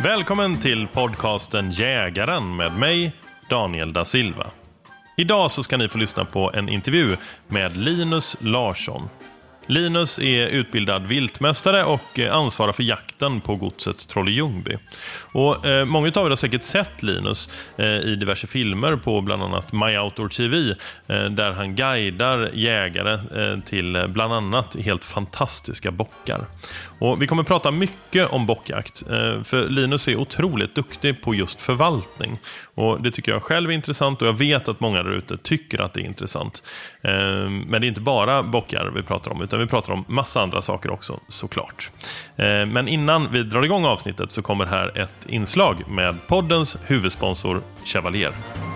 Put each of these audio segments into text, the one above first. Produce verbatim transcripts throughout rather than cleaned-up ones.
Välkommen till podcasten Jägaren med mig, Daniel da Silva. Idag så ska ni få lyssna på en intervju med Linus Larsson. Linus är utbildad viltmästare och ansvarar för jakten på godset Trolle-Ljungby. Och eh, många av er har säkert sett Linus eh, i diverse filmer på bland annat My Outdoor T V eh, där han guidar jägare eh, till bland annat helt fantastiska bockar. Och vi kommer prata mycket om bockjakt eh, för Linus är otroligt duktig på just förvaltning. Och det tycker jag själv är intressant och jag vet att många där ute tycker att det är intressant. Eh, men det är inte bara bockar vi pratar om utan vi pratar om massa andra saker också, såklart. Eh, men innan vi drar igång avsnittet så kommer här ett inslag med poddens huvudsponsor Chevalier.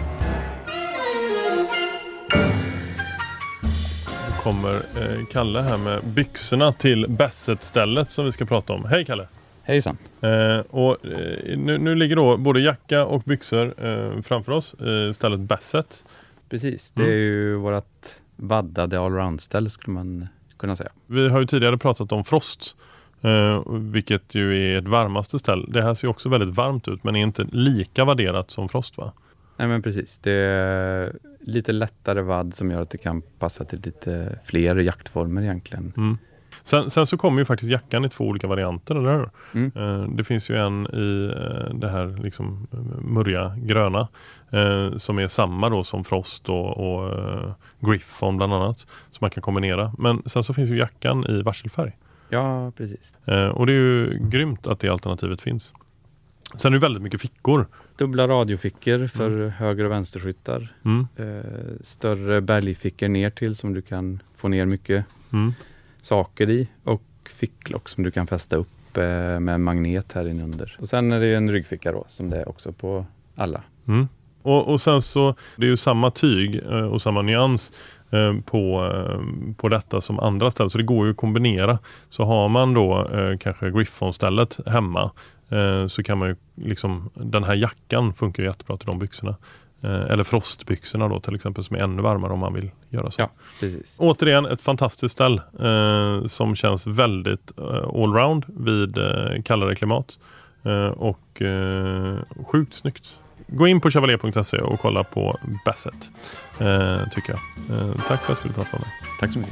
Nu kommer eh, Kalle här med byxorna till Basset-stället som vi ska prata om. Hej Kalle! Hejsan! Eh, och, eh, nu, nu ligger då både jacka och byxor eh, framför oss i stället Basset. Precis, det är mm. ju vårt vaddade allround-ställ skulle man kunna säga. Vi har ju tidigare pratat om Frost, eh, vilket ju är ett varmaste ställ. Det här ser ju också väldigt varmt ut men är inte lika vadderat som Frost, va? Nej men precis, det är lite lättare vadd som gör att det kan passa till lite fler jaktformer egentligen. Mm. Sen, sen så kommer ju faktiskt jackan i två olika varianter, eller hur? Mm. Eh, det finns ju en i eh, det här liksom murriga gröna eh, som är samma då som Frost och, och eh, Griffon bland annat som man kan kombinera. Men sen så finns ju jackan i varselfärg. Ja, precis. Eh, och det är ju grymt att det alternativet finns. Sen är det väldigt mycket fickor. Dubbla radiofickor för mm. höger- och vänsterskyttar. Mm. Eh, större bergfickor ner till som du kan få ner mycket mm. saker i. Och ficklock som du kan fästa upp eh, med en magnet här inunder. Och sen är det ju en ryggficka då som det är också på alla. Mm. Och, och sen så det är ju samma tyg eh, och samma nyans eh, på, eh, på detta som andra ställen. Så det går ju att kombinera. Så har man då eh, kanske Griffon-stället hemma eh, så kan man ju liksom, den här jackan funkar ju jättebra till de byxorna. Eh, eller frostbyxorna då till exempel som är ännu varmare om man vill göra så. Ja, precis. Återigen ett fantastiskt ställ eh, som känns väldigt eh, allround vid eh, kallare klimat. Eh, och eh, sjukt snyggt. Gå in på chevalier punkt se och kolla på Basset, eh, tycker jag. Eh, tack för att du ville prata med mig. Tack så mycket.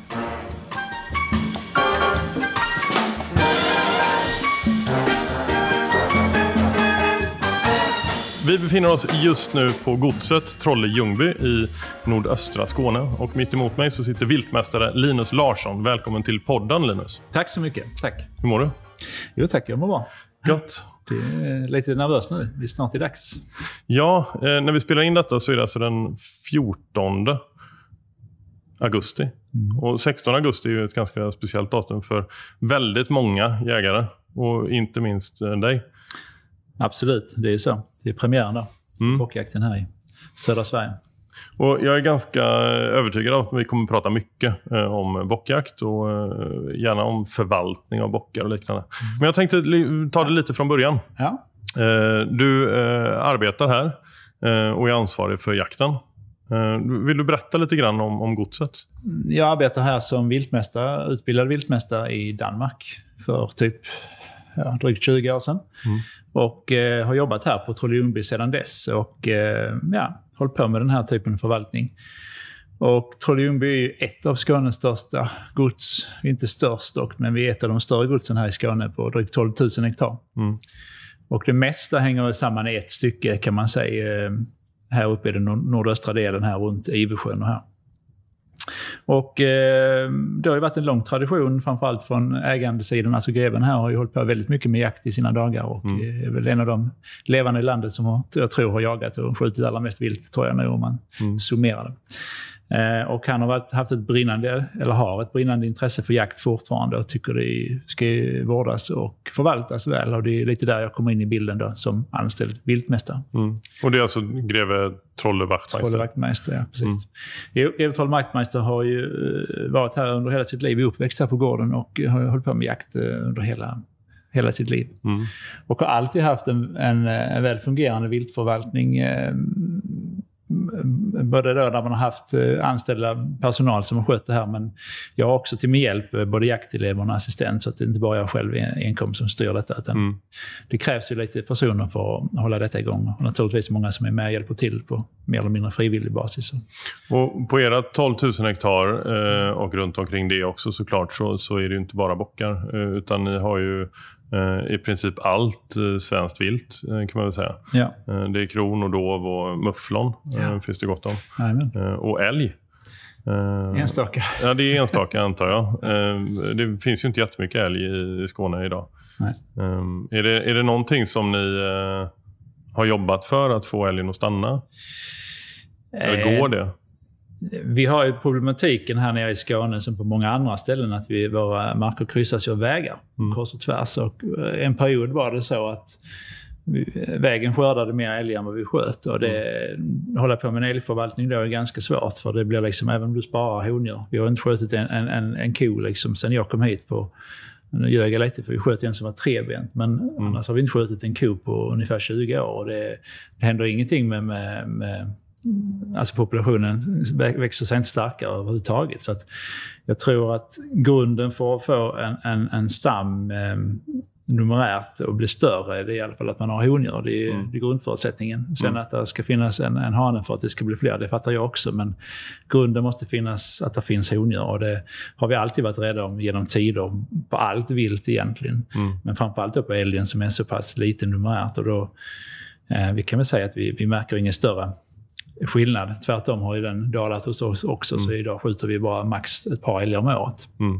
Vi befinner oss just nu på godset Trolle-Ljungby i nordöstra Skåne. Och mitt emot mig så sitter viltmästare Linus Larsson. Välkommen till podden, Linus. Tack så mycket, tack. Hur mår du? Jo tack, jag mår bra. Gott. Det är lite nervöst nu, vi är snart i dags. Ja, eh, när vi spelar in detta så är det alltså den fjortonde augusti. Mm. Och sextonde augusti är ju ett ganska speciellt datum för väldigt många jägare. Och inte minst eh, dig. Absolut, det är ju så. Det är premiären då. Mm. Bockjakten här i södra Sverige. Och jag är ganska övertygad om att vi kommer att prata mycket eh, om bockjakt och eh, gärna om förvaltning av bockar och liknande. Mm. Men jag tänkte li- ta det lite från början. Ja. Eh, du eh, arbetar här eh, och är ansvarig för jakten. Eh, vill du berätta lite grann om, om godset? Jag arbetar här som viltmästare, utbildad viltmästare i Danmark för typ ja, drygt tjugo år sedan. Mm. Och eh, har jobbat här på Trolle-Ljungby sedan dess och eh, ja, hållit på med den här typen av förvaltning. Och Trolle-Ljungby är ju ett av Skånes största gods, inte störst dock, men vi är ett av de större godsen här i Skåne på drygt tolv tusen hektar. Mm. Och det mesta hänger samman i ett stycke kan man säga, här uppe i den nordöstra delen här runt Ivesjön och här. Och eh, det har ju varit en lång tradition framförallt från ägandesidan. Alltså greven här har ju hållit på väldigt mycket med jakt i sina dagar och mm. är väl en av de levande i landet som har, jag tror har jagat och skjutit allra mest vilt tror jag nu om man mm. summerar det. Eh, och han har varit, haft ett brinnande, eller har ett brinnande intresse för jakt fortfarande och tycker det ska vårdas och förvaltas väl. Och det är lite där jag kommer in i bilden då som anställd viltmästare. Mm. Och det är alltså greve Trolle Wachtmeister? Trolle Wachtmeister, ja precis. Mm. Jo, greve Trolle Wachtmeister har ju varit här under hela sitt liv, uppväxt här på gården och har hållit på med jakt under hela hela sitt liv. Mm. Och har alltid haft en, en, en väl fungerande viltförvaltning eh, både då när man har haft anställda personal som har skött det här, men jag har också till min hjälp både jaktelever och assistent, så att det inte bara jag själv enkom som styr detta, utan mm. det krävs ju lite personer för att hålla detta igång, och naturligtvis många som är med och hjälper till på mer eller mindre frivillig basis. Och på era tolv tusen hektar eh, och runt omkring det också såklart, så, så är det ju inte bara bockar, eh, utan ni har ju Uh, i princip allt uh, svenskt vilt uh, kan man väl säga. Ja. Uh, det är kron och dov och mufflon uh, ja. finns det gott om. Uh, och älg. Uh, enstaka. Ja, det är enstaka antar jag. Uh, det finns ju inte jättemycket älg i, i Skåne idag. Nej. Um, är, det, är det någonting som ni uh, har jobbat för att få älgen att stanna? Eller uh, går det? Vi har ju problematiken här nere i Skåne som på många andra ställen, att vi, våra marker kryssas av vägar mm. kors och tvärs. Och en period var det så att vi, vägen skördade mer älg än vad vi sköt. Och det, mm. hålla på med en älgförvaltning då är ganska svårt, för det blir liksom, även om du sparar hondjur. Vi har inte skjutit en, en, en, en ko liksom sen jag kom hit på, nu ljög jag lite för vi sköt en som var trebent, men mm. annars har vi inte skjutit en ko på ungefär tjugo år. Och det, det händer ingenting med, med, med alltså populationen växer sig inte starkare överhuvudtaget. Så att jag tror att grunden för att få en, en, en stam eh, numerärt och bli större, det är i alla fall att man har hondjur. Det är, mm. det är grundförutsättningen. Sen mm. att det ska finnas en, en hane för att det ska bli fler, det fattar jag också. Men grunden måste finnas att det finns hondjur, och det har vi alltid varit rädda om genom tider på allt vilt egentligen. Mm. Men framförallt då på älgen som är så pass liten numerärt. Och då, eh, vi kan väl säga att vi, vi märker ingen större skillnad. Tvärtom har ju den dalat hos oss också, mm. så idag skjuter vi bara max ett par älgar om året. Mm.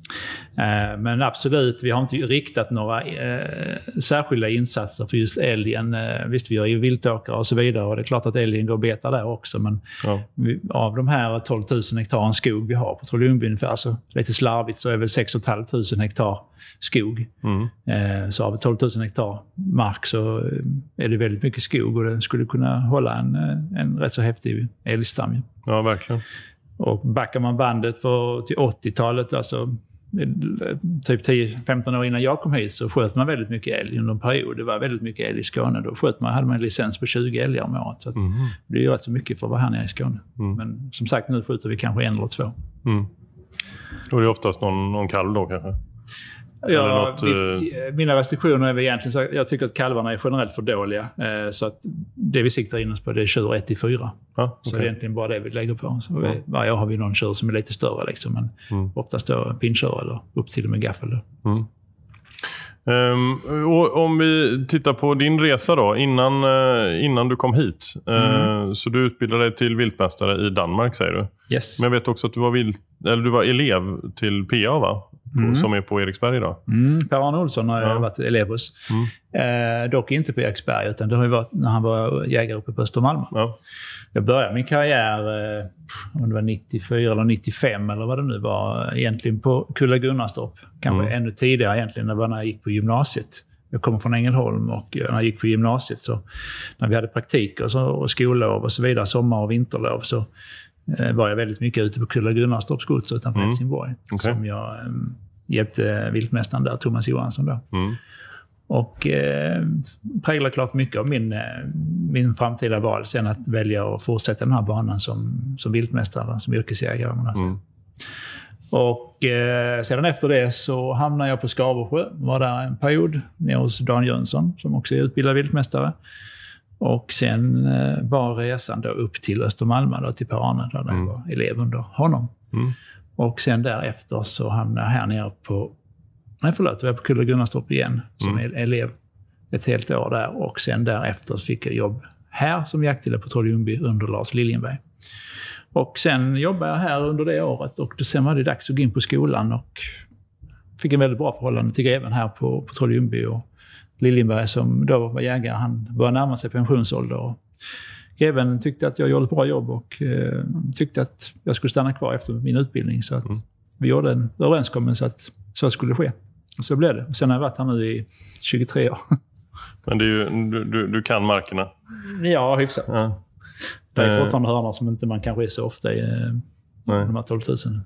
Eh, men absolut, vi har inte riktat några eh, särskilda insatser för just älgen. Eh, visst, vi gör ju viltåkare och så vidare, och det är klart att älgen går och betar där också, men ja. vi, av de här tolv tusen hektar skog vi har på Trollhättan ungefär, så lite slarvigt så är väl sex tusen femhundra hektar skog. Mm. Eh, så av tolv tusen hektar mark så är det väldigt mycket skog, och den skulle kunna hålla en, en rätt så häftig älgstam. Ja, verkligen. Och backar man bandet för, till åttiotalet, alltså typ tio femton år innan jag kom hit, så sköt man väldigt mycket älg under en period. Det var väldigt mycket älg i Skåne. Då sköt man, hade man en licens på tjugo älgar om året. Så att mm. det är ju rätt så mycket för att vara här nere i Skåne. Mm. Men som sagt, nu skjuter vi kanske en eller två. Mm. Och det är oftast någon, någon kalv då kanske? Ja, något, vi, mina restriktioner är väl egentligen så, jag tycker att kalvarna är generellt för dåliga, eh, så att det vi siktar in oss på, det är tjur ett till fyra. Ah, okay. Så det är egentligen bara det vi lägger på. Så vi, varje år har vi någon tjur som är lite större liksom, men mm. oftast då pinntjur eller upp till och med gaffel då. Mm. Um, och om vi tittar på din resa då, innan, uh, innan du kom hit. Uh, mm. Så du utbildade dig till viltmästare i Danmark, säger du? Yes. Men jag vet också att du var, vilt, eller du var elev till P A, va? På, mm. som är på Eriksberg idag. Mm, Per-Arne Olsson har ja. jag varit elev hos. Mm. Eh, dock inte på Eriksberg, utan det har ju varit när han var jägare uppe på Östermalm. Ja. Jag började min karriär, eh, om det var nittiofyra eller nittiofem eller vad det nu var, egentligen på Kulla Gunnarstorp. Kanske mm. ännu tidigare egentligen, när jag gick på gymnasiet. Jag kommer från Ängelholm, och när jag gick på gymnasiet, så när vi hade praktik och, så, och skollov och så vidare, sommar- och vinterlov, så eh, var jag väldigt mycket ute på Kulla Gunnarstorps gods utanför mm. Helsingborg. Okay. Som jag eh, hjälpte viltmästaren där, Thomas Johansson då. Mm. Och eh, präglar klart mycket av min, eh, min framtida val sen, att välja att fortsätta den här banan som, som viltmästare, som yrkesjägare. Mm. Och eh, sedan efter det så hamnade jag på Skaversjö, var där en period nere hos Dan Jönsson som också är utbildad viltmästare. Och sen eh, var resan då upp till Östermalma då, till Per-Arne, där mm. jag var elev under honom. Mm. Och sen därefter så hamnade jag här nere på, nej förlåt, jag var på Kulla Gunnarstorp igen som mm. elev ett helt år där. Och sen därefter fick jag jobb här som jaktledare på Trollhättan under Lars Liljenberg. Och sen jobbade jag här under det året, och sen var det dags att gå in på skolan, och fick en väldigt bra förhållande till greven här på, på Trollhättan. Och Liljenberg, som då var jägare, han började närma sig pensionsålder. Och greven tyckte att jag gjorde ett bra jobb, och eh, tyckte att jag skulle stanna kvar efter min utbildning. Så att mm. vi gjorde en överenskommelse att så skulle ske. Och så blev det. Och sen har jag varit här nu i tjugotre år. Men det är ju, du, du, du kan markerna? Ja, hyfsat. Ja. Det är fortfarande hörnor som inte man kanske är så ofta i eh, de här tolv tusen.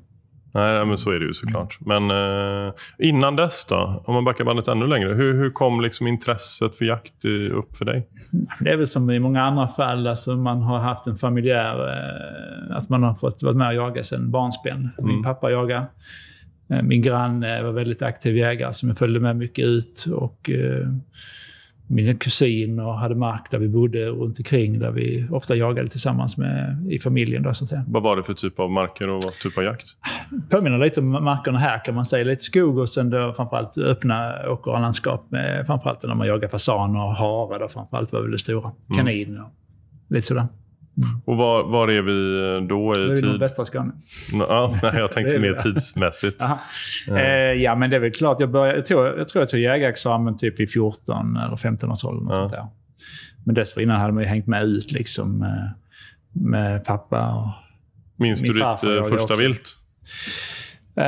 Nej, men så är det ju såklart. Men eh, innan dess då, om man backar bandet ännu längre, hur, hur kom liksom intresset för jakt upp för dig? Det är väl som i många andra fall, alltså man har haft en familjär, eh, att man har fått vara med och jaga sedan barnsben. Min mm. pappa jagade. Eh, min granne var väldigt aktiv jägare som jag följde med mycket ut, och eh, mina kusiner hade mark där vi bodde runt omkring, där vi ofta jagade tillsammans med i familjen då, så att säga. Vad var det för typ av marker och vad typ av jakt? Påminner lite om markerna här, kan man säga. Lite skog och sen då framförallt öppna åker och landskap, med framförallt när man jagar fasaner och hare då, framförallt var väl det stora. Kanin och lite sådär. Mm. Och var, var är vi då i det är tid? Västra Skåne. Ja, nej, jag tänkte mer tidsmässigt. Ja. Eh, ja, men det är väl klart. Jag, började, jag, tror, jag tror jag tog jägarexamen typ i fjorton eller femton års ålder. Ja. Där. Men dessförinnan hade man ju hängt med ut liksom, med, med pappa. Och minns du ditt första vilt? Uh,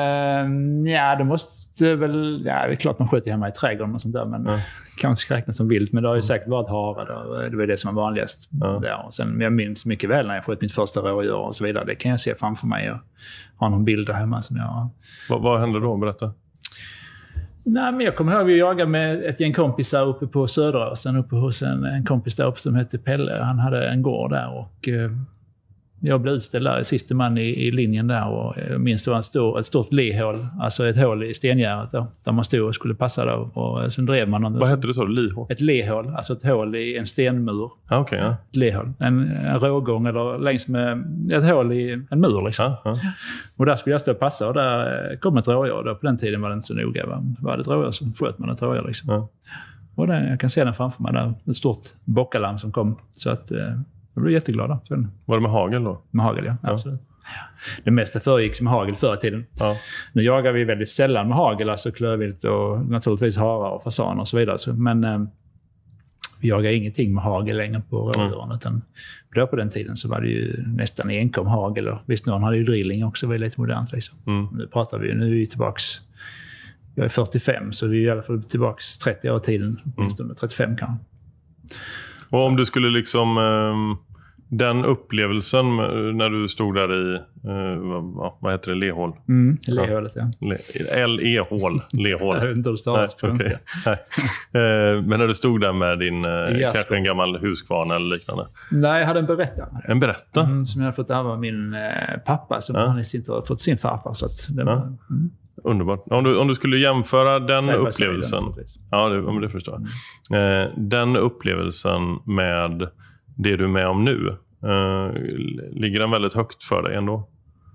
ja, det måste väl... Ja, det är klart man skjuter hemma i trädgården och sånt där, men ja. Kanske räknas som vilt. Men det har ju säkert varit hare då. Det var det som var vanligast ja. Där. Och sen, jag minns mycket väl när jag sköt mitt första rådjur och så vidare. Det kan jag se framför mig och ha någon bild där hemma som jag... Vad, vad hände då? Berätta. Nej, men jag kommer ihåg att vi jagade med ett gäng kompisar uppe på Söderåsen, uppe hos en, en kompis där uppe som hette Pelle. Han hade en gård där och... Eh, jag blev utställd där, sista man i, i linjen där, och jag minns det var en stor, ett stort lehål, alltså ett hål i stengärdet då, där man stod och skulle passa då, och sen drev man någon. Vad hette det så? Lehål? Ett lehål, alltså ett hål i en stenmur. Ah, okay, ja. Ett lehål. En, en rågång eller längs med ett hål i en mur liksom. Ah, ah. Och där skulle jag stå och passa, och där kom ett rådjur. Då, på den tiden var det inte så noga. Va? Var det ett rådjur så sköt man ett rådjur liksom. Ah. Och där, jag kan se den framför mig där, ett stort bockalam som kom. Så att... Jag blev jätteglad. Var det med hagel då? Med hagel, ja. ja. Absolut. Det mesta föregick med hagel förr i tiden. Ja. Nu jagar vi väldigt sällan med hagel, alltså klövvilt och naturligtvis harar och fasaner och så vidare. Men eh, vi jagar ingenting med hagel längre på rådjuren. Mm. Utan då på den tiden så var det ju nästan enkom hagel. Och visst, någon hade ju drilling också, det var lite modernt liksom. Mm. Nu pratar vi, nu är vi tillbaks... Jag är fyrtiofem, så vi är i alla fall tillbaks trettio år i tiden. Åtminstone mm. trettiofem kanske. Och om du skulle liksom... Eh, den upplevelsen när du stod där i, eh, vad, vad heter det, lehål? Mm, lehålet, ja. L-E-hål, lehål. Jag vet inte hur det stavas på okay. eh, Men när du stod där med din, eh, kanske en gammal huskvarna eller liknande? Nej, jag hade en berätta. En berätta? Mm, som jag hade fått ärva min eh, pappa, som ja. Han i sin tur fått sin farfar. Så att det var, ja. mm. Underbart. Om du, om du skulle jämföra den Säg upplevelsen, ja, det, om det förstår. Mm. Eh, den upplevelsen med det du är med om nu, uh, ligger den väldigt högt för dig ändå?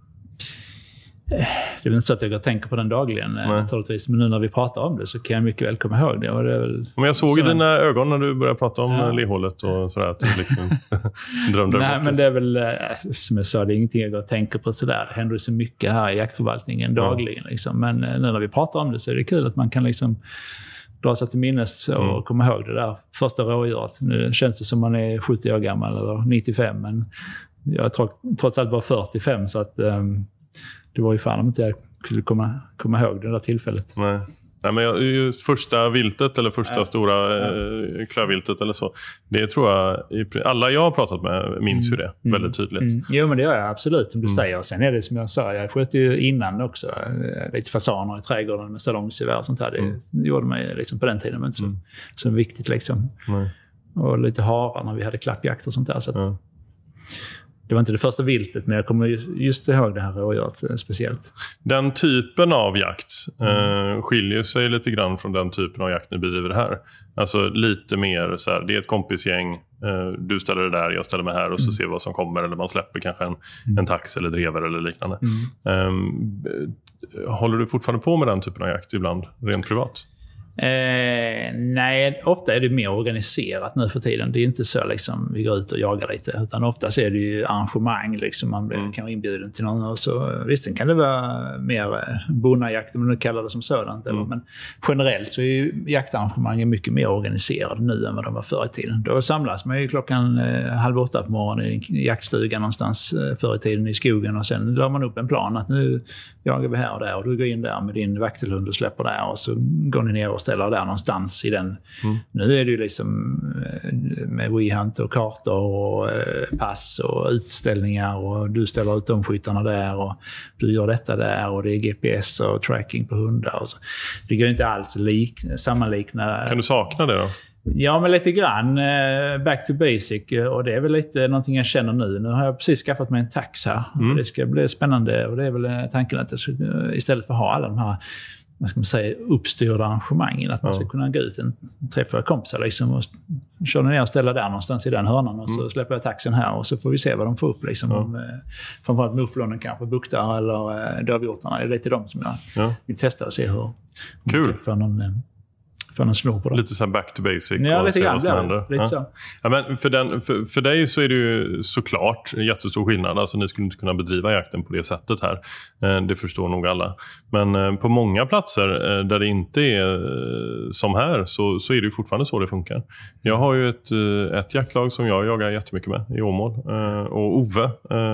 Det är inte så att jag tänker på den dagligen naturligtvis, men nu när vi pratar om det så kan jag mycket väl komma ihåg det. Och det är väl men jag såg i dina ögon när du började prata om ja. lehålet och sådär, att du liksom drömde. Nej, men det är väl, som jag sa, det är ingenting jag går och tänker på sådär. Det händer så mycket här i jaktförvaltningen dagligen. Ja. Liksom. Men nu när vi pratar om det så är det kul att man kan liksom dra sig till minnes och mm. komma ihåg det där första rådjuret. Nu känns det som man är sjuttio år gammal eller nittiofem, men jag är trots allt bara fyrtiofem, så att um, det var ju fan om inte jag skulle komma, komma ihåg det där tillfället. Nej. Nej, men just första viltet eller första ja. stora eh, klövviltet eller så, det tror jag alla jag har pratat med minns ju det mm. väldigt tydligt. Mm. Jo, men det gör jag absolut, som du mm. säger. Och sen är det som jag sa, jag sköt ju innan också lite fasaner i trädgården med salongsgevär och sånt här. Det mm. gjorde mig liksom på den tiden, men inte så, mm. så viktigt liksom. Nej. Och lite harar när vi hade klappjakt och sånt där. Så att, ja. Det var inte det första viltet, men jag kommer just ihåg det här rådjuret speciellt. Den typen av jakt mm. eh, skiljer sig lite grann från den typen av jakt ni bedriver här. Alltså lite mer så här, det är ett kompisgäng, eh, du ställer det där, jag ställer mig här och så mm. ser vi vad som kommer. Eller man släpper kanske en, mm. en tax eller drever eller liknande. Mm. Eh, håller du fortfarande på med den typen av jakt ibland, rent privat? Eh, nej, ofta är det mer organiserat nu för tiden. Det är inte så liksom vi går ut och jagar lite, utan ofta så är det ju arrangemang liksom. Man blir, mm. kan vara inbjuden till någon och så visst kan det vara mer bonnajakt om man nu kallar det som sådant mm. eller, men generellt så är ju jaktarrangemangen mycket mer organiserade nu än vad de var förr i tiden. Då samlas man ju klockan eh, halv åtta på morgonen i en jaktstuga någonstans eh, förr i tiden i skogen, och sen drar man upp en plan att nu jagar vi här och där och du går in där med din vaktelhund och släpper där och så går ni ner och förställare där någonstans i den. Mm. Nu är det ju liksom med WeHunt och kartor och pass och utställningar och du ställer ut de skyttarna där och du gör detta där och det är G P S och tracking på hundar. Och så. Det går inte alls lik, sammanlikna. Kan du sakna det då? Ja, men lite grann. Back to basic. Och det är väl lite någonting jag känner nu. Nu har jag precis skaffat mig en tax här. Mm. Det ska bli spännande. Och det är väl tanken att jag ska, istället för att ha alla de här, vad ska man säga, uppstyrda arrangemangen. Att man ska kunna gå ut och träffa kompisar liksom, och köra ner och ställa där någonstans i den hörnan. Och så mm. släpper jag taxen här och så får vi se vad de får upp. Liksom, mm. om, framförallt mufflonen kanske, buktar eller dövhjortarna. Det är lite de som jag ja. vill testa och se hur. Kul. För någon, för någon snor på det. Lite så här back to basic. Ja, lite grann. Ja, lite ja. så. Ja, men för, den, för, för dig så är det ju såklart en jättestor skillnad. Alltså ni skulle inte kunna bedriva jakten på det sättet här. Det förstår nog alla. Men på många platser där det inte är som här så, så är det ju fortfarande så det funkar. Jag har ju ett, ett jaktlag som jag jagar jättemycket med i Åmål. Och Ove,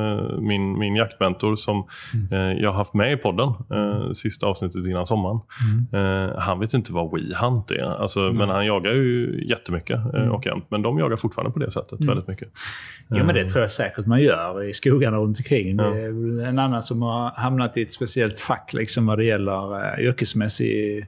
min, min jaktmentor som mm. jag har haft med i podden sista avsnittet innan sommaren. Mm. Han vet inte vad WeHunt är. Alltså, mm. Men han jagar ju jättemycket mm. och jämt. Men de jagar fortfarande på det sättet mm. väldigt mycket. Jo, men det tror jag säkert man gör i skogarna runt omkring. Ja. Det är en annan som har hamnat i ett speciellt fack liksom, vad det gäller uh, yrkesmässig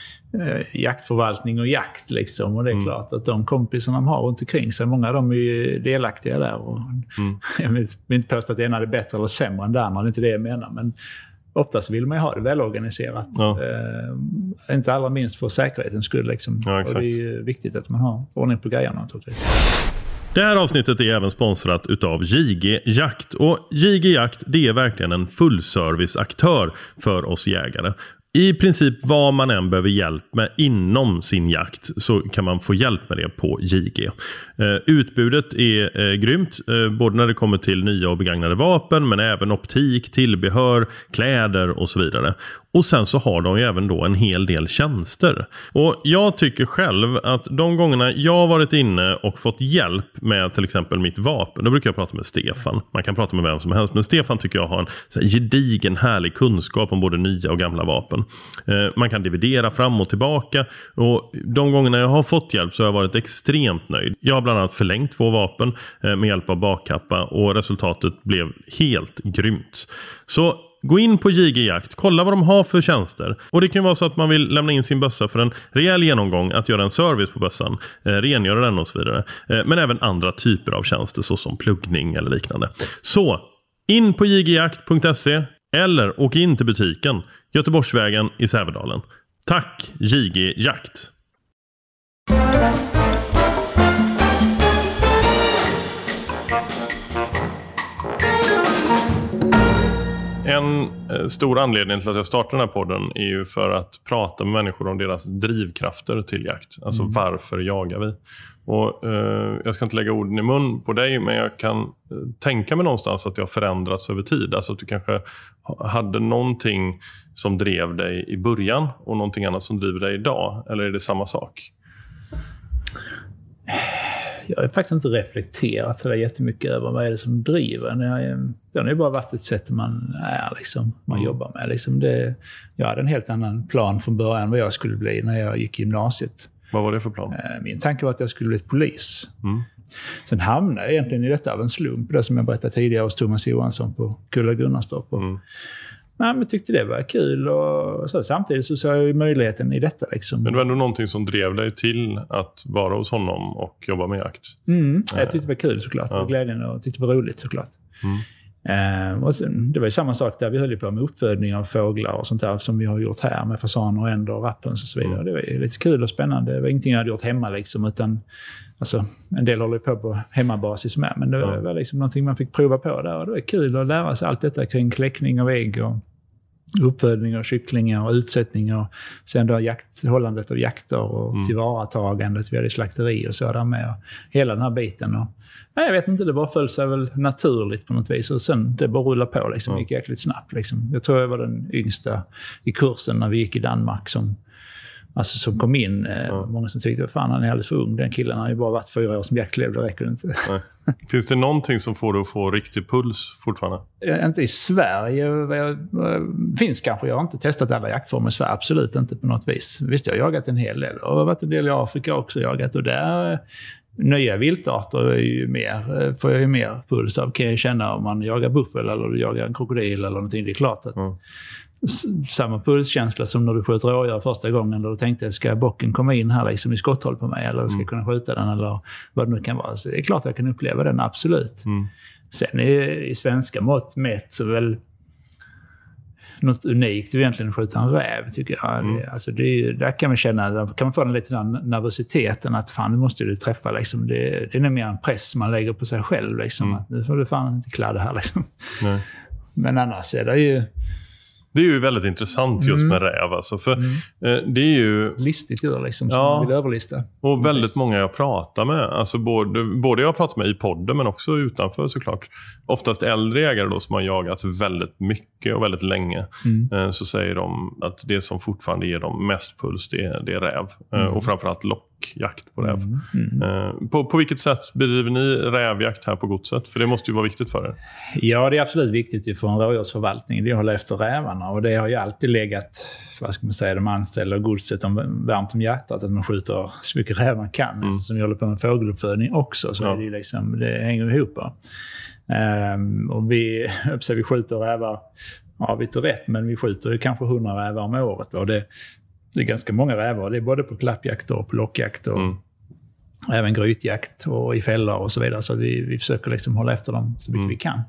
uh, jaktförvaltning och jakt. Liksom. Och det är mm. klart att de kompisarna de har runt omkring sig, många av dem är delaktiga där. Och mm. jag vill inte påstå att det ena är bättre eller sämre än det andra, det är inte det jag menar. Men oftast vill man ju ha det välorganiserat. Ja. Uh, inte allra minst för säkerhetens skull. Liksom. Ja, och det är ju viktigt att man har ordning på grejerna naturligtvis. Det här avsnittet är även sponsrat utav J G Jakt. Och J G Jakt, det är verkligen en fullserviceaktör för oss jägare. I princip vad man än behöver hjälp med inom sin jakt så kan man få hjälp med det på J G. Eh, utbudet är eh, grymt, eh, både när det kommer till nya och begagnade vapen, men även optik, tillbehör, kläder och så vidare. Och sen så har de ju även då en hel del tjänster. Och jag tycker själv att de gångerna jag har varit inne och fått hjälp med till exempel mitt vapen, då brukar jag prata med Stefan. Man kan prata med vem som helst, men Stefan tycker jag har en så här gedigen, härlig kunskap om både nya och gamla vapen. Eh, man kan dividera fram och tillbaka. Och de gångerna jag har fått hjälp så har jag varit extremt nöjd. Jag har bland annat förlängt två vapen eh, med hjälp av bakkappa och resultatet blev helt grymt. Så gå in på J G Jakt, kolla vad de har för tjänster. Och det kan vara så att man vill lämna in sin bössa för en rejäl genomgång, att göra en service på bössan, eh, rengöra den och så vidare. Eh, men även andra typer av tjänster såsom pluggning eller liknande. Så, in på j g jakt punkt se eller åk in till butiken Göteborgsvägen i Sävedalen. Tack J G Jakt! En stor anledning till att jag startar den här podden är ju för att prata med människor om deras drivkrafter till jakt. Alltså mm. varför jagar vi? Och eh, jag ska inte lägga orden i mun på dig, men jag kan eh, tänka mig någonstans att det har förändrats över tid. Alltså att du kanske hade någonting som drev dig i början och någonting annat som driver dig idag. Eller är det samma sak? Jag har faktiskt inte reflekterat så där jättemycket över vad är det som driver. Det har ju bara varit ett sätt man är, liksom, man mm. jobbar med. Liksom det, jag hade en helt annan plan från början vad jag skulle bli när jag gick i gymnasiet. Vad var det för plan? Min tanke var att jag skulle bli polis. Mm. Sen hamnade jag egentligen i detta av en slump. Det som jag berättade tidigare hos Thomas Johansson på Kulla Gunnarstorp. Mm. Nej, men tyckte det var kul och så, samtidigt så såg jag ju möjligheten i detta. Liksom. Men det var ändå någonting som drev dig till att vara hos honom och jobba med jakt? Mm, jag tyckte det var kul såklart. Ja. Det var glädjande och tyckte det var roligt såklart. Mm. Uh, och sen, det var ju samma sak där vi höll på med uppfödning av fåglar och sånt där som vi har gjort här med fasaner och änder och rapphöns och så vidare. Mm. Det var ju lite kul och spännande. Det var ingenting jag hade gjort hemma liksom, utan alltså, en del håller på på hemmabasis med, men det var, mm. var liksom någonting man fick prova på där och det var kul att lära sig allt detta kring kläckning av ägg och uppfödning av kycklingar och utsättningar och sen då jakt, hållandet av jakter och mm. tillvaratagandet. Vi hade slakteri och så där med och hela den här biten. Och, nej, jag vet inte, det bara föll sig väl naturligt på något vis och sen det bara rullade på liksom, mm. gick jäkligt snabbt liksom. Jag tror jag var den yngsta i kursen när vi gick i Danmark som Alltså som kom in, eh, många som tyckte, fan han är alldeles för ung, den killen har ju bara varit fyra år som jaktlev, det räcker inte. Nej. Finns det någonting som får dig att få riktig puls fortfarande? Inte i Sverige, jag, finns kanske, jag har inte testat alla jaktformer i Sverige, absolut inte på något vis. Visst, jag har jagat en hel del, och har varit en del i Afrika också jagat, och där nya viltarter är ju mer, får jag ju mer puls av, kan jag känna om man jagar buffel eller du jagar en krokodil eller någonting, det är klart att mm. samma pulskänsla som när du skjuter rådjur första gången, då du tänkte, ska bocken komma in här liksom i skotthåll på mig, eller ska jag kunna skjuta den, eller vad det nu kan vara. Så det är klart att jag kan uppleva den, absolut. Mm. Sen i, i svenska mått mätt så väl något unikt är egentligen att skjuta en räv, tycker jag. Mm. Det, alltså det, där kan man känna, där kan man få den lite nervositeten att fan, nu måste du träffa liksom. Det, det är mer en press man lägger på sig själv liksom, mm. att nu får du fan inte kladda här liksom. Nej. Men annars är det ju... Det är ju väldigt intressant just mm. med räv. Alltså, för mm. eh, det är ju... listigt djur liksom, som ja, man vill överlista. Och väldigt många jag pratar med. Alltså både, både jag pratar med i podden men också utanför såklart. Oftast äldre jägare då som har jagat väldigt mycket och väldigt länge. Mm. Eh, så säger de att det som fortfarande ger dem mest puls, det är, det är räv. Eh, mm. Och framförallt lockjakt på räv. Mm. Mm. Eh, på, på vilket sätt bedriver ni rävjakt här på godset? För det måste ju vara viktigt för er. Ja, det är absolut viktigt för en rådjursförvaltning. Det är att hålla efter rävarna. Och det har ju alltid legat, vad ska man säga, de anställda och godset om, varmt om hjärtat att man skjuter så mycket räv man kan. Mm. Eftersom vi håller på med fågeluppfödning också, så ja. är det liksom, det hänger ihop. Um, och vi, så vi skjuter rävar, ja, vi tar rätt, men vi skjuter ju kanske hundra rävar om året. Och det, det är ganska många rävar. Det är både på klappjakt och på lockjakt och mm. även grytjakt och i fällor och så vidare. Så vi, vi försöker liksom hålla efter dem så mycket mm. vi kan.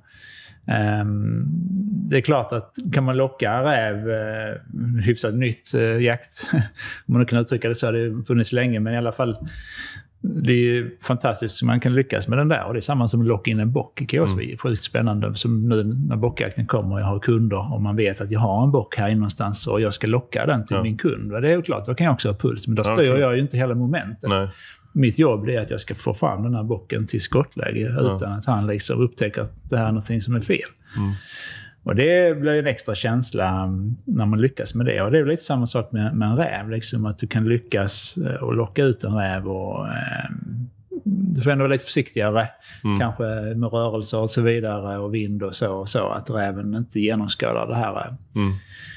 Um, det är klart att kan man locka en räv uh, hyfsat nytt uh, jakt, om man kan uttrycka det så, har det funnits länge, men i alla fall det är fantastiskt att man kan lyckas med den där, och det är samma som att locka in en bock i Kåsvig. Mm. Sjukt spännande, som nu när bockjakten kommer och jag har kunder och man vet att jag har en bock här någonstans och jag ska locka den till ja. min kund. Det är ju klart, då kan jag också ha puls, men då styr okay. jag ju inte hela momentet. Nej. Mitt jobb är att jag ska få fram den här bocken till skottläge ja. utan att han liksom upptäcker att det här är någonting som är fel. Mm. Och det blir en extra känsla när man lyckas med det. Och det är lite samma sak med, med en räv. Liksom, att du kan lyckas och locka ut en räv. Och, eh, du får ändå vara lite försiktigare. Mm. Kanske med rörelser och så vidare. Och vind och så. Och så att räven inte genomskådar det här. Mm.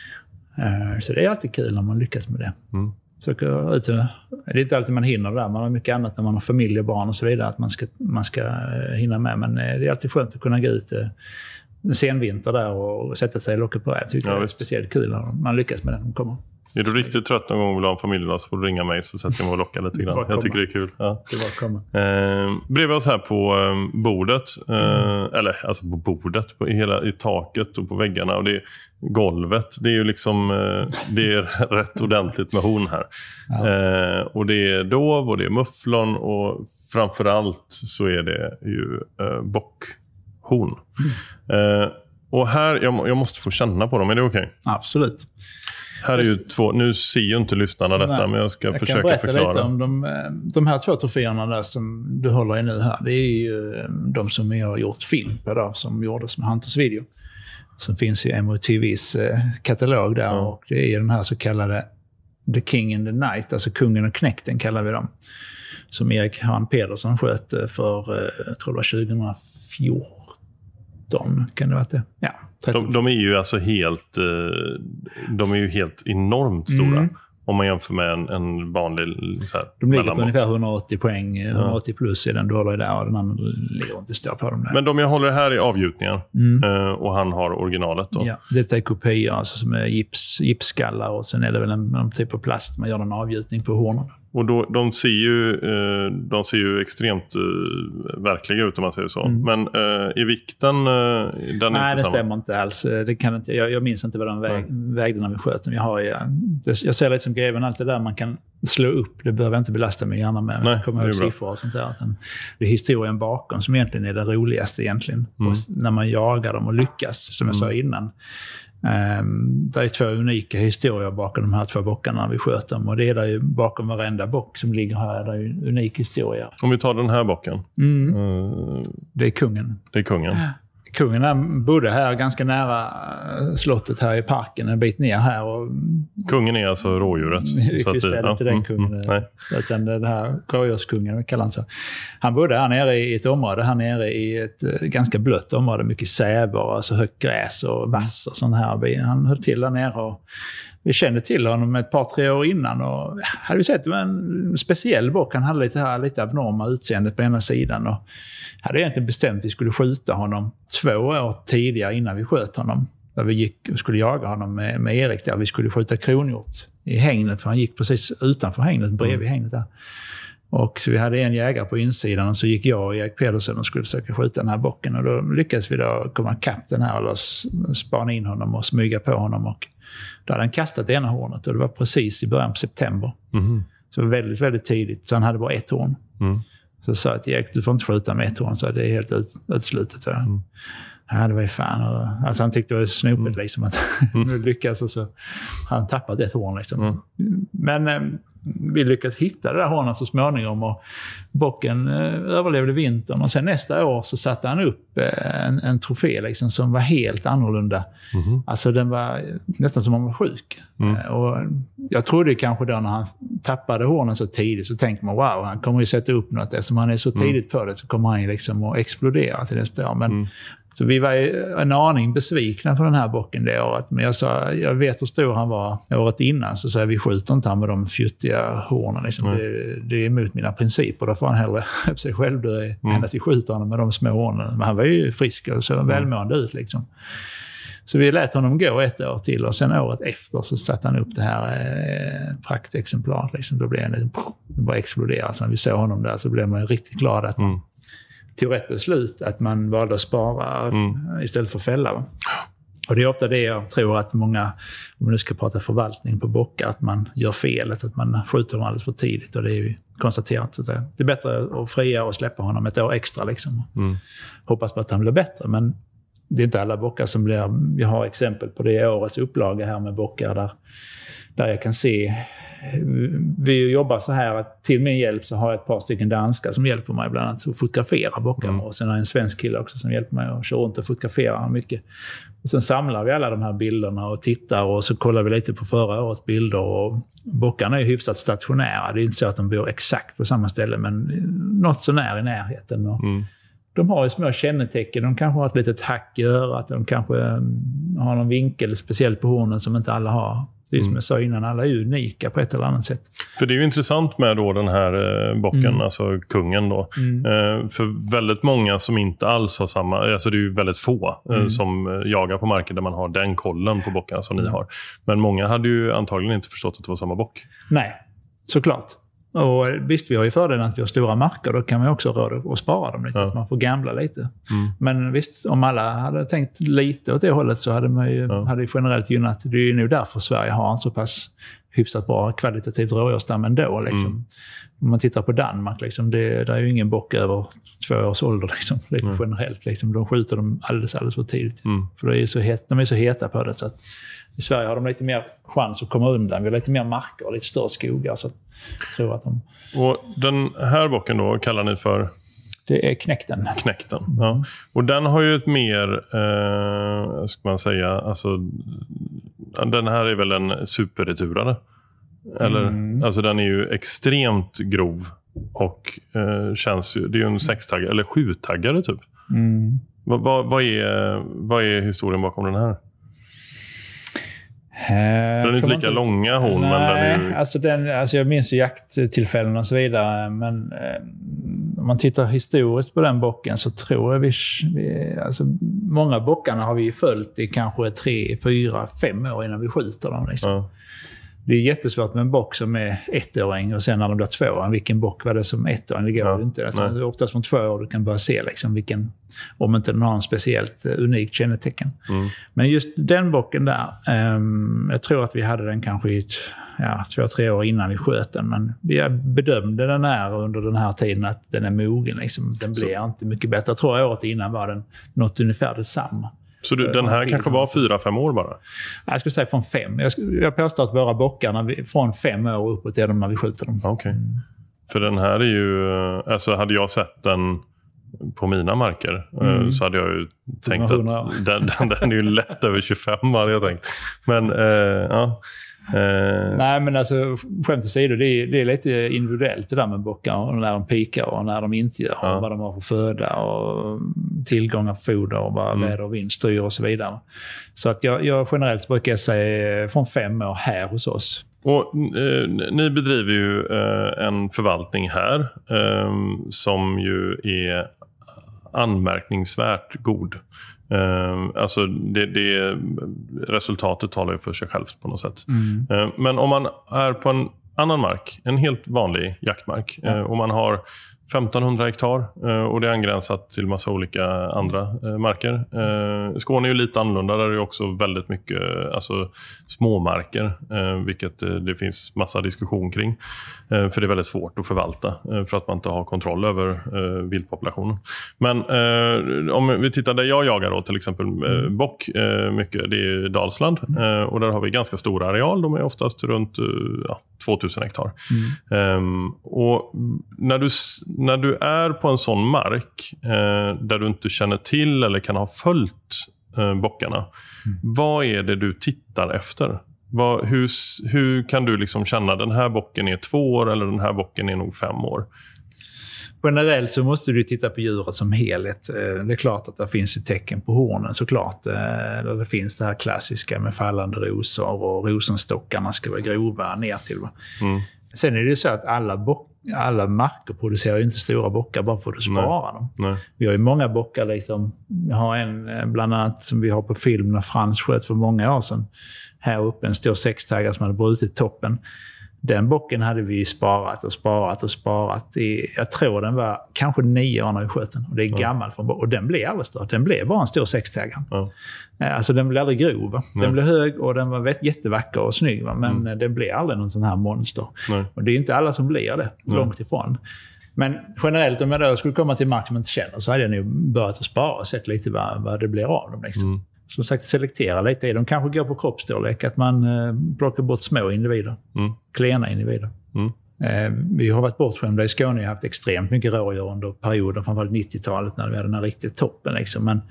Eh, så det är alltid kul när man lyckas med det. Mm. Så, det är inte alltid man hinner där. Man har mycket annat när man har familj och barn och så vidare. Att man ska, man ska hinna med. Men det är alltid skönt att kunna gå ut en sen vinter där och sätta sig och locka på räv. Tycker ja, jag är speciellt kul när man lyckas med det. Kommer. Är du riktigt trött någon gång och vill ha en familj så får du ringa mig så sätter jag mig och lockar lite grann. Jag tycker det är kul. Ja. Det var eh, bredvid oss här på eh, bordet, eh, mm. eller alltså på bordet, på hela, i taket och på väggarna och det är golvet. Det är ju liksom, eh, det är rätt ordentligt med horn här. Ja. Eh, och det är dov och det är mufflon och framförallt så är det ju eh, bockhorn. Mm. Eh, och här, jag, jag måste få känna på dem, är det okej? Okay? Absolut. Här är ju två, nu ser ju inte lyssnarna detta, Nej, men jag ska jag försöka förklara. Jag kan berätta lite om de, de här två troféerna där som du håller i nu här. Det är ju de som jag har gjort film på då, som gjordes med Hunters Video. Som finns i M O T V:s katalog där. Mm. Och det är den här så kallade The King in the Night, alltså kungen och knäkten kallar vi dem. Som Erik Hahn Pedersen sköt för, jag tror det var tjugohundrafjorton. Kan det vara det? Ja. De, de är ju alltså helt de är ju helt enormt stora mm. om man jämför med en, en vanlig så här, de ligger på ungefär hundraåttio poäng, hundraåttio plus i den du håller i där och den andra ligger inte stå på dem där. Men de jag håller här är avgjutningar mm. och han har originalet då. Ja, detta är kopior alltså som är gips, gipsskallar och sen är det väl en, en typ av plast man gör en avgjutning på hornen. Och då, de, ser ju, eh, de ser ju extremt eh, verkliga ut om man säger så. Mm. Men eh, i vikten, eh, den Nej, är inte det samma. stämmer inte alls. Det kan inte, jag, jag minns inte vad den väg, vägde när vi sköt dem. Jag, har, jag, jag ser lite som greven, allt det där man kan slå upp. Det behöver jag inte belasta mig gärna med. Nej, kommer ihåg siffror och sånt där. Det är historien bakom som egentligen är det roligaste egentligen. Mm. Och när man jagar dem och lyckas, som jag mm. sa innan. Um, det är två unika historier bakom de här två bockarna vi sköt dem. Och det är där ju bakom varenda bock som ligger här, det är ju en unik historia. Om vi tar den här bocken. Mm. Uh, det är kungen. Det är kungen. kungen här bodde här ganska nära slottet här i parken, en bit ner här. Och kungen är alltså rådjuret? Vi så ställer ja. inte den kungen, mm, mm, utan den här rådjurskungen kallar han så. Han bodde här nere i ett område, här nere i ett ganska blött område, mycket säver, alltså högt gräs och vass och sånt här. Han höll till där nere och vi kände till honom ett par, tre år innan och hade vi sett det var en speciell bock. Han hade lite, här, lite abnorma utseendet på ena sidan och hade egentligen bestämt att vi skulle skjuta honom två år tidigare innan vi sköt honom. Där vi gick och skulle jaga honom med, med Erik där. Vi skulle skjuta kronhjort i hängnet för han gick precis utanför hängnet, bredvid hängnet där. Och så vi hade en jägare på insidan och så gick jag och Erik Pedersen och skulle försöka skjuta den här bocken och då lyckades vi då komma kapp den här och spana in honom och smyga på honom och då hade han kastat ena hornet och det var precis i början på september. Mm. Så väldigt, väldigt tidigt. Så han hade bara ett horn. Mm. Så sa jag till Erik, du får inte skjuta med ett horn. Så det är helt ut, utslutet. Så. Mm. Ja, det var ju fan. Och, alltså han tyckte det var snopet mm. liksom att mm. nu lyckas och så har han tappat ett horn liksom. Mm. Men eh, vi lyckades hitta det där hornet så småningom och bocken eh, överlevde vintern och sen nästa år så satte han upp eh, en, en trofé liksom, som var helt annorlunda. Mm. Alltså den var nästan som om han var sjuk. Mm. Eh, och jag trodde kanske då när han tappade hornen så tidigt så tänkte man wow, han kommer ju sätta upp något eftersom han är så tidigt mm. på det så kommer han ju liksom att explodera till nästa år. Men mm. Så vi var en aning besvikna för den här bocken det året. Men jag sa, jag vet hur stor han var året innan. Så sa jag, vi skjuter inte han med de fjuttiga hornen. Liksom. Mm. Det, det är emot mina principer. Då får han hellre sig själv dö mm. än att vi skjuter honom med de små hornen. Men han var ju frisk och så mm. välmående ut liksom. Så vi lät honom gå ett år till. Och sen året efter så satte han upp det här eh, praktexemplaret. Liksom. Då blev han liksom, det bara exploderade. Så när vi såg honom där så blev man riktigt glad att mm. till rätt beslut att man valde att spara mm. istället för att fälla. Va? Och det är ofta det jag tror att många, om man nu ska prata förvaltning på bockar, att man gör felet, att man skjuter dem alldeles för tidigt. Och det är ju konstaterat. Så det är bättre att fria och släppa honom ett år extra. Liksom. Mm. Hoppas på att han blir bättre, men det är inte alla bockar som blir... Jag har exempel på det i årets upplaga här med bockar där, där jag kan se... Vi jobbar så här att till min hjälp så har jag ett par stycken danskar som hjälper mig bland annat att fotografera bockar. Mm. Och sen har jag en svensk kille också som hjälper mig att köra runt och fotografera mycket. Och sen samlar vi alla de här bilderna och tittar och så kollar vi lite på förra årets bilder. Och bockarna är ju hyfsat stationära. Det är inte så att de bor exakt på samma ställe men något så när i närheten. Och mm. De har ju små kännetecken. De kanske har ett litet hack i örat. De kanske har någon vinkel speciellt på hornen som inte alla har. Det är som jag sa innan, alla är unika på ett eller annat sätt. För det är ju intressant med då den här eh, bocken, mm. alltså kungen då. Mm. Eh, för väldigt många som inte alls har samma, alltså det är ju väldigt få mm. eh, som jagar på marker där man har den kollen på bockarna som mm. ni har. Men många hade ju antagligen inte förstått att det var samma bock. Nej, såklart. Och visst, vi har ju fördelen att vi har stora marker. Då kan man ju också råda att spara dem lite. Ja. Att man får gambla lite. Mm. Men visst, om alla hade tänkt lite åt det hållet så hade man ju ja. hade generellt gynnat. Det är ju nu därför Sverige har en så pass hyfsat bra kvalitativt rådjursstam ändå. Liksom. Mm. Om man tittar på Danmark, liksom, det, det är ju ingen bock över två års ålder. Liksom, lite mm. generellt. Liksom. De skjuter dem alldeles, alldeles för tidigt. Mm. För det är ju så het, de är så heta på det så att i Sverige har de lite mer chans att komma undan. Vi har lite mer marker och lite större skogar. Så jag tror att de... Och den här bocken då kallar ni för? Det är knäkten. Knäkten, ja. Och den har ju ett mer, eh, ska man säga, alltså den här är väl en superreturare. Eller, mm. alltså den är ju extremt grov och eh, känns ju, det är ju en sextaggare, eller sjutaggare typ. Mm. Vad, vad, vad, är, vad är historien bakom den här? Den är inte lika inte... långa horn, Nej, men den är ju... alltså, den, alltså jag minns ju jakttillfällen och så vidare, men eh, om man tittar historiskt på den bocken så tror jag vi, vi alltså, många bockarna har vi följt i kanske tre, fyra, fem år innan vi skjuter dem. Liksom. Ja. Det är jättesvårt med en bock som är ettåring och sen när de blir två, vilken bock var det som ettåring? Det går ja. ju inte. Alltså, det är oftast från två år du kan börja se liksom, vilken, om inte den har en speciellt uh, unik kännetecken. Mm. Men just den bocken där, um, jag tror att vi hade den kanske i ja, två, tre år innan vi sköt den. Men vi bedömde den här under den här tiden att den är mogen. Liksom. Den blir Så. inte mycket bättre. Jag tror året innan var den något ungefär detsamma. Så du, den här kanske var fyra, fem år bara? Jag skulle säga från fem. Jag, jag påstår att våra bockar när vi, från fem år uppåt är de när vi skjuter dem. Okej. Okay. Mm. För den här är ju... Alltså hade jag sett den på mina marker Mm. så hade jag ju tänkt hundra. att den, den, den är ju lätt över tjugofem hade jag tänkt. Men eh, ja. Eh. Nej, men alltså skämt åsido, det är, det är lite individuellt det där med bockar och när de pikar och när de inte gör Ja. och vad de har för föda och tillgång av foder och vad Mm. väder och vind styr och så vidare. Så att jag, jag generellt brukar säga från fem år här hos oss. Och eh, ni bedriver ju eh, en förvaltning här eh, som ju är anmärkningsvärt god. Eh, alltså det, det resultatet talar ju för sig självt på något sätt. Mm. Eh, men om man är på en annan mark, en helt vanlig jaktmark, Ja. eh, och man har femtonhundra hektar eh, och det är angränsat till massa olika andra eh, marker. Eh, Skåne är ju lite annorlunda, där är det också väldigt mycket eh, alltså, småmarker, eh, vilket eh, det finns massa diskussion kring. Eh, för det är väldigt svårt att förvalta eh, för att man inte har kontroll över eh, viltpopulationen. Men eh, om vi tittar där jag jagar då, till exempel eh, bock eh, mycket, det är Dalsland. Eh, och där har vi ganska stora areal, de är oftast runt eh, ja, tvåtusen hektar. Mm. Um, och när du, när du är på en sån mark eh, där du inte känner till eller kan ha följt eh, bockarna, Mm. vad är det du tittar efter? Vad, hur, hur kan du liksom känna den här bocken är två år eller den här bocken är nog fem år? Generellt så måste du titta på djuret som helhet. Eh, Det är klart att det finns ett tecken på hornen såklart. eh, Där det finns det här klassiska med fallande rosor och rosenstockarna ska vara grova ner till. Va? Mm. Sen är det ju så att alla, bock, alla marker producerar ju inte stora bockar bara för att spara dem. Nej. Vi har ju många bockar liksom. Jag har en eh, bland annat som vi har på film när Frans sköt för många år sedan. Här uppe en stor sextaggare som hade brutit toppen. Den bocken hade vi sparat och sparat och sparat. I, jag tror den var kanske nio år när vi sköt den. Och det är Ja. gammal från bocken. Och den blev aldrig störd. Den blev bara en stor sextaggare. Ja. Alltså den blev aldrig grov. Va? Den Nej. blev hög och den var jättevacker och snygg. Va? Men Mm. den blev aldrig någon sån här monster. Nej. Och det är inte alla som blir det. Nej. Långt ifrån. Men generellt om jag då skulle komma till mark som jag inte känner så hade jag nog börjat att spara och sett lite vad, vad det blir av dem. Liksom. Mm. Som sagt, selektera lite i. De kanske går på kroppsstorlek. Att man eh, plockar bort små individer. Mm. Klena individer. Mm. Eh, vi har varit bortskämda i Skåne. Vi har haft extremt mycket rådjur under perioden, framförallt nittiotalet när vi hade den här riktigt toppen. Liksom. Men,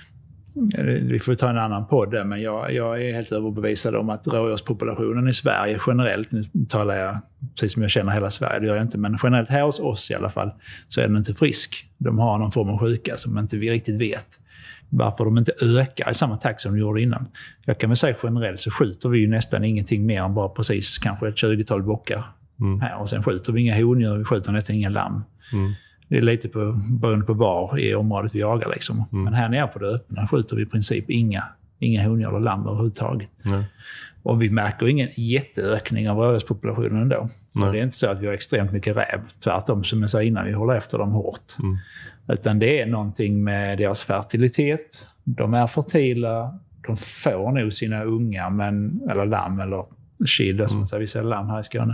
eh, vi får ta en annan podd där, men jag, jag är helt överbevisad om att rådjurspopulationen i Sverige generellt, nu talar jag precis som jag känner hela Sverige, det gör jag inte, men generellt här hos oss i alla fall så är den inte frisk. De har någon form av sjuka som inte vi riktigt vet varför de inte ökar i samma takt som de gjorde innan. Jag kan väl säga generellt så skjuter vi ju nästan ingenting mer än bara precis kanske ett tjugotal bockar Mm. här. Och sen skjuter vi inga hondjur, vi skjuter nästan inga lamm. Mm. Det är lite på, beroende på var i området vi jagar. Liksom. Mm. Men här nere på det öppna skjuter vi i princip inga, inga hondjur eller lamm överhuvudtaget. Nej. Och vi märker ingen jätteökning av rådjurspopulationen ändå. Nej. Och det är inte så att vi har extremt mycket räv. Tvärtom, som jag sa innan, vi håller efter dem hårt. Mm. Utan det är någonting med deras fertilitet. De är fertila, de får nog sina unga, men, eller lamm eller kid, som man säger, vi säger lamm här i Skåne.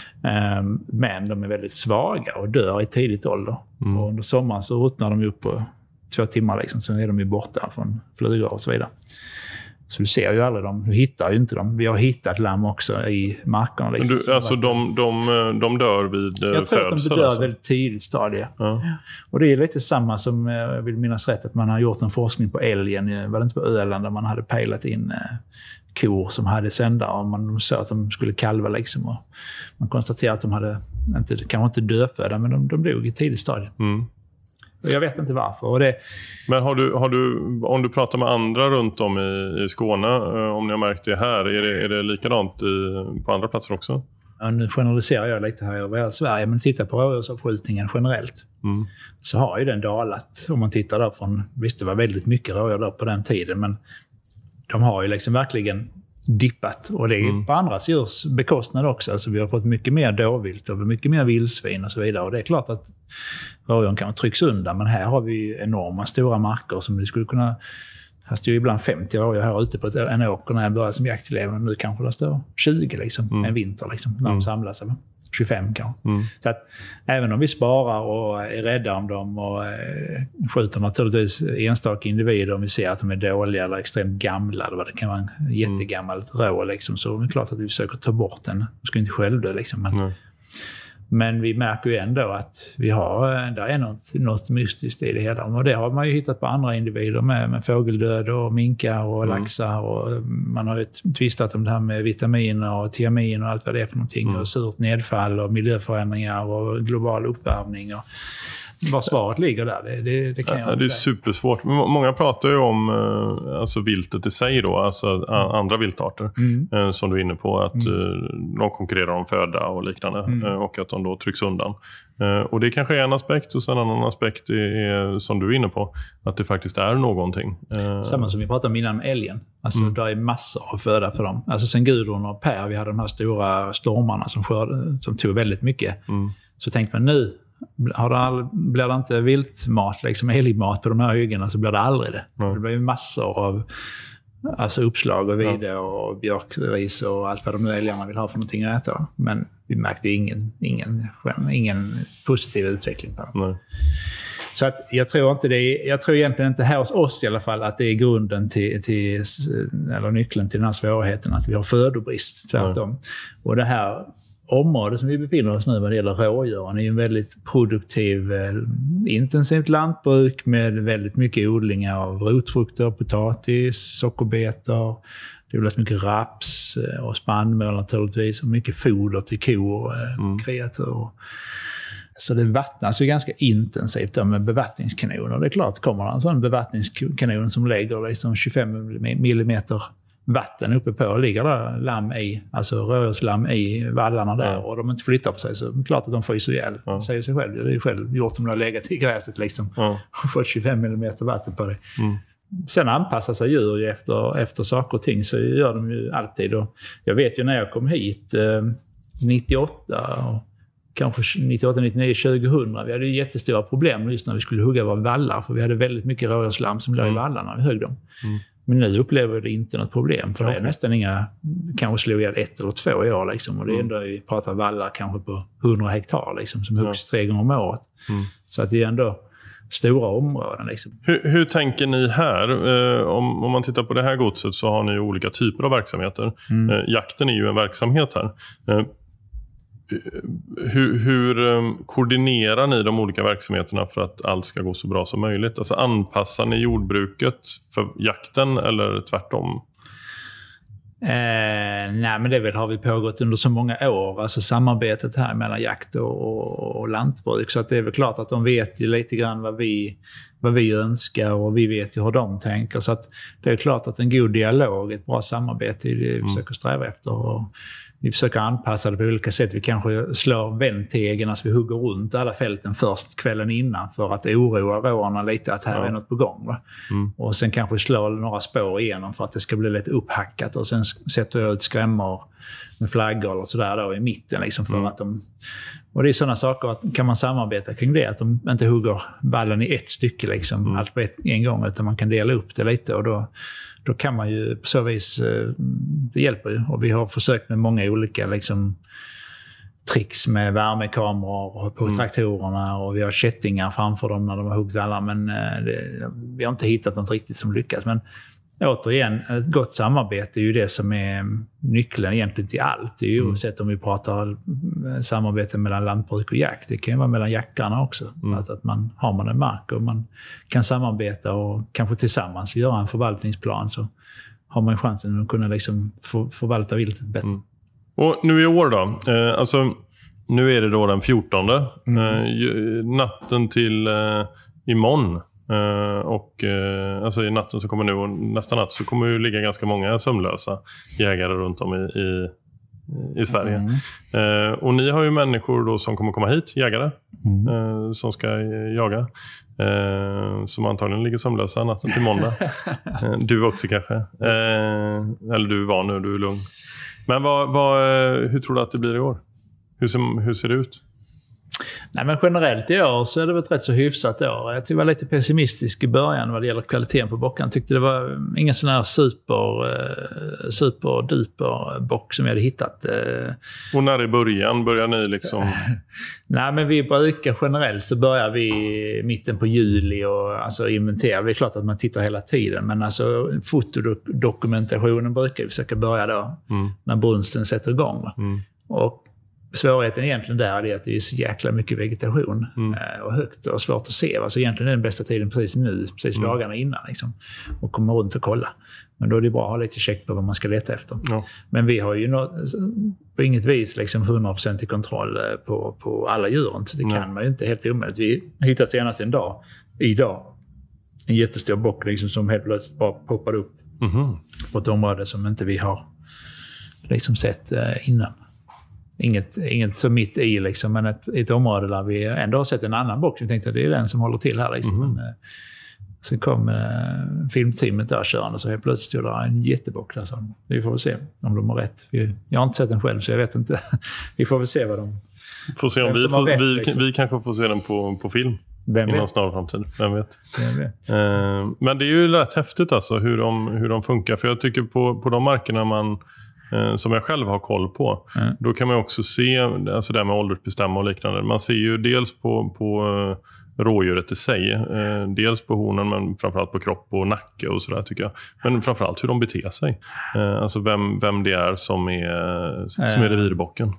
Um, men de är väldigt svaga och dör i tidigt ålder. Mm. Och under sommaren så ruttnar de upp på två timmar liksom, så är de ju borta från flugor och så vidare. Så du ser ju aldrig dem, du hittar ju inte dem. Vi har hittat lamm också i markerna. Men Liksom, du, alltså de, de, de dör vid eh, jag tror att de födsel? dör Alltså. väldigt tidigt stadie. Ja. Och det är lite samma som, jag vill minnas rätt, att man har gjort en forskning på älgen, var det inte på Öland, där man hade pejlat in eh, kor som hade sändare och man sa att de skulle kalva liksom. Och man konstaterade att de hade, inte, kanske inte dödfödda, men de, de dog i tidigt stadie. Mm. Och jag vet inte varför. Och det, Men har du, har du, om du pratar med andra runt om i, i Skåne, eh, om ni har märkt det här, är det, är det likadant i, på andra platser också? ja, nu generaliserar jag lite här över hela Sverige, men titta på rådjursavskjutningen generellt. Mm. Så har ju den dalat. Om man tittar där från, visst det var väldigt mycket rådjur där på den tiden, men de har ju liksom verkligen dippat. Och det är Mm. på andras djurs bekostnad också. Alltså vi har fått mycket mer dåvilt och mycket mer vildsvin och så vidare. Och det är klart att rådjuren kan tryckas undan, men här har vi enorma stora marker som vi skulle kunna... Här står ju ibland femtio rådjur här ute på ett, en åker när jag började som jaktelev. Nu kanske det står tjugo liksom, Mm. en vinter liksom, när Mm. de samlas. Eller? tjugofem kanske. Mm. Så att även om vi sparar och är rädda om dem och eh, skjuter naturligtvis enstaka individer om vi ser att de är dåliga eller extremt gamla eller vad det kan vara, en jättegammalt rå liksom, så är det klart att vi försöker ta bort den. Vi ska inte själv dö liksom. Men, Mm. Men vi märker ju ändå att vi har, där är något, något mystiskt i det hela. Och det har man ju hittat på andra individer med, med fågeldöd och minkar och mm. laxar. Och man har ju tvistat om det här med vitaminer och tiamin och allt vad det är för någonting. Mm. Och surt nedfall och miljöförändringar och global uppvärmning. Och vad svaret ligger där, det, det, det kan ja, jag inte det är säga. Supersvårt. Många pratar ju om alltså viltet i sig då, alltså mm. andra viltarter mm. som du är inne på, att mm. de konkurrerar om föda och liknande mm. och att de då trycks undan. Och det kanske är en aspekt, och sen en annan aspekt är, som du är inne på, att det faktiskt är någonting. Samma som vi pratade om innan med älgen. Alltså mm. där är massor av föda för dem. Alltså sen Gudrun och Per, vi hade de här stora stormarna som, skörde, som tog väldigt mycket. Mm. Så tänkte man nu, Har det all, blir det inte viltmat, liksom älgmat på de här hyggena, så blir det aldrig det. Mm. Det blir ju massor av alltså uppslag och vide mm. och björkris och allt vad de nu älgarna vill ha för någonting att äta. Men vi märkte ingen, ingen, ingen positiv utveckling på dem. Mm. Så att jag tror inte det är, jag tror egentligen inte här hos oss i alla fall att det är grunden till, till eller nyckeln till den här svårigheten att vi har födobrist, tvärtom. Mm. Och det här området som vi befinner oss nu vad det gäller rådjuren är ju en väldigt produktiv, eh, intensivt lantbruk med väldigt mycket odlingar av rotfrukter, potatis, sockerbetor. Det odlas mycket raps och spannmål naturligtvis, och mycket foder till kor, eh, mm. kreatur. Så det vattnas ju ganska intensivt då med bevattningskanoner. Det är klart, kommer det en sån bevattningskanon som lägger liksom tjugofem millimeter vatten uppe på och ligger där lamm i, alltså rörelslamm i vallarna där ja. Och de inte flyttar på sig, så är det klart att de får sig ihjäl. Ja. Säger sig själv. Det är ju själv gjort om de har legat i gräset liksom ja. Och fått tjugofem millimeter vatten på det. Mm. Sen anpassar sig djur ju efter, efter saker och ting, så gör de ju alltid. Och jag vet ju när jag kom hit eh, nittioåtta och kanske nittioåtta, nittionio, tjugohundra. Vi hade ju jättestora problem just när vi skulle hugga våra vallar, för vi hade väldigt mycket rörelslam som låg mm. i vallarna när vi högg dem. Mm. Men nu upplever det inte något problem, för okay. det är nästan inga, kanske slog ihjäl ett eller två i år liksom, och det är ändå, vi pratar vallar kanske på hundra hektar liksom, som huggs ja. tre gånger om året. Mm. Så att det är ändå stora områden liksom. Hur, hur tänker ni här? Eh, om, om man tittar på det här godset så har ni olika typer av verksamheter. Mm. Eh, jakten är ju en verksamhet här. Eh, Hur, hur um, koordinerar ni de olika verksamheterna för att allt ska gå så bra som möjligt? Alltså anpassar ni jordbruket för jakten eller tvärtom? Eh, nej, men det väl har vi pågått under så många år, alltså samarbetet här mellan jakt och, och, och lantbruk, så att det är väl klart att de vet ju lite grann vad vi, vad vi önskar, och vi vet ju hur de tänker, så att det är klart att en god dialog, ett bra samarbete är det vi mm. försöker sträva efter, och vi försöker anpassa det på olika sätt. Vi kanske slår vändtegen, alltså vi hugger runt alla fälten först kvällen innan för att oroa råarna lite att här ja. är något på gång. Va? Mm. Och sen kanske slår några spår igenom för att det ska bli lite upphackat, och sen sätter jag ut skrämmor med flaggor och sådär då i mitten liksom för mm. att de... Och det är sådana saker att kan man samarbeta kring det, att de inte hugger ballen i ett stycke liksom, mm. allt på ett, en gång, utan man kan dela upp det lite, och då Då kan man ju på så vis, det hjälper ju. Och vi har försökt med många olika liksom, tricks med värmekameror på mm. traktorerna, och vi har kättingar framför dem när de har huggit alla. Men det, vi har inte hittat något riktigt som lyckas. Men återigen, ett gott samarbete är ju det som är nyckeln egentligen till allt. Det är ju mm. oavsett om vi pratar samarbete mellan lantbruk och jakt. Det kan ju vara mellan jackarna också. Mm. Alltså att man har man en mark och man kan samarbeta och kanske tillsammans göra en förvaltningsplan, så har man chansen att kunna liksom för, förvalta viltet bättre. Mm. Och nu i år då? Eh, alltså, nu är det då den fjortonde. Mm. Eh, natten till eh, imorgon. Uh, och uh, alltså i natten så kommer nu, och nästa natt så kommer ju ligga ganska många sömnlösa jägare runt om i, i, i Sverige. Mm. Uh, och ni har ju människor då som kommer komma hit, jägare, mm. uh, som ska jaga. Uh, som antagligen ligger sömnlösa natten till måndag. uh, du också kanske. Uh, eller du var nu, du är lugn. Men vad, vad, hur tror du att det blir i år? Hur ser, hur ser det ut? Nej, men generellt i år så är det väl ett rätt så hyfsat år. Jag var lite pessimistisk i början vad det gäller kvaliteten på bockan. Tyckte det var ingen sån här super, super duper bock som jag hade hittat. Och när i början börjar ni liksom? Nej, men vi brukar generellt så börjar vi i mitten på juli och alltså inventera. Det är klart att man tittar hela tiden, men alltså fotodokumentationen brukar vi försöka börja då mm. när brunsten sätter igång. Mm. Och svårigheten egentligen där är att det är så jäkla mycket vegetation Mm. och högt och svårt att se. Alltså egentligen är den bästa tiden precis nu, precis Mm. dagarna innan liksom, och komma runt och kolla. Men då är det bra att ha lite check på vad man ska leta efter. Ja. Men vi har ju något, på inget vis liksom hundra procent i kontroll på, på alla djuren. Så det Nej. kan man ju inte helt omöjligt. Vi hittade senast en dag, idag, en jättestor bock liksom, som helt plötsligt bara poppade upp Mhm. på ett område som inte vi har liksom sett eh, innan. Inget, inget så mitt i liksom, men ett, ett område där vi ändå har sett en annan bock. Vi tänkte att det är den som håller till här liksom. Mhm. Men, eh, sen kom eh, filmteamet där körande så helt plötsligt stod där en jättebock där. Så vi får väl se om de har rätt. Vi, jag har inte sett den själv så jag vet inte. Vi får väl se vad de... Får se om Vem vi, som har får, rätt, vi, liksom. vi kanske får se den på, på film. Vem Inom vet? snar framtid, vem vet. Vem vet? Eh, men det är ju rätt häftigt alltså hur de, hur de funkar. För jag tycker på, på de markerna man, eh, som jag själv har koll på, Mm. då kan man också se, alltså det här med åldersbestämma och liknande. Man ser ju dels på, på eh, rådjuret i sig, eh, dels på hornen men framförallt på kropp och nacke och sådär tycker jag. Men framförallt hur de beter sig. Eh, alltså vem, vem det är som är, som är revirbocken.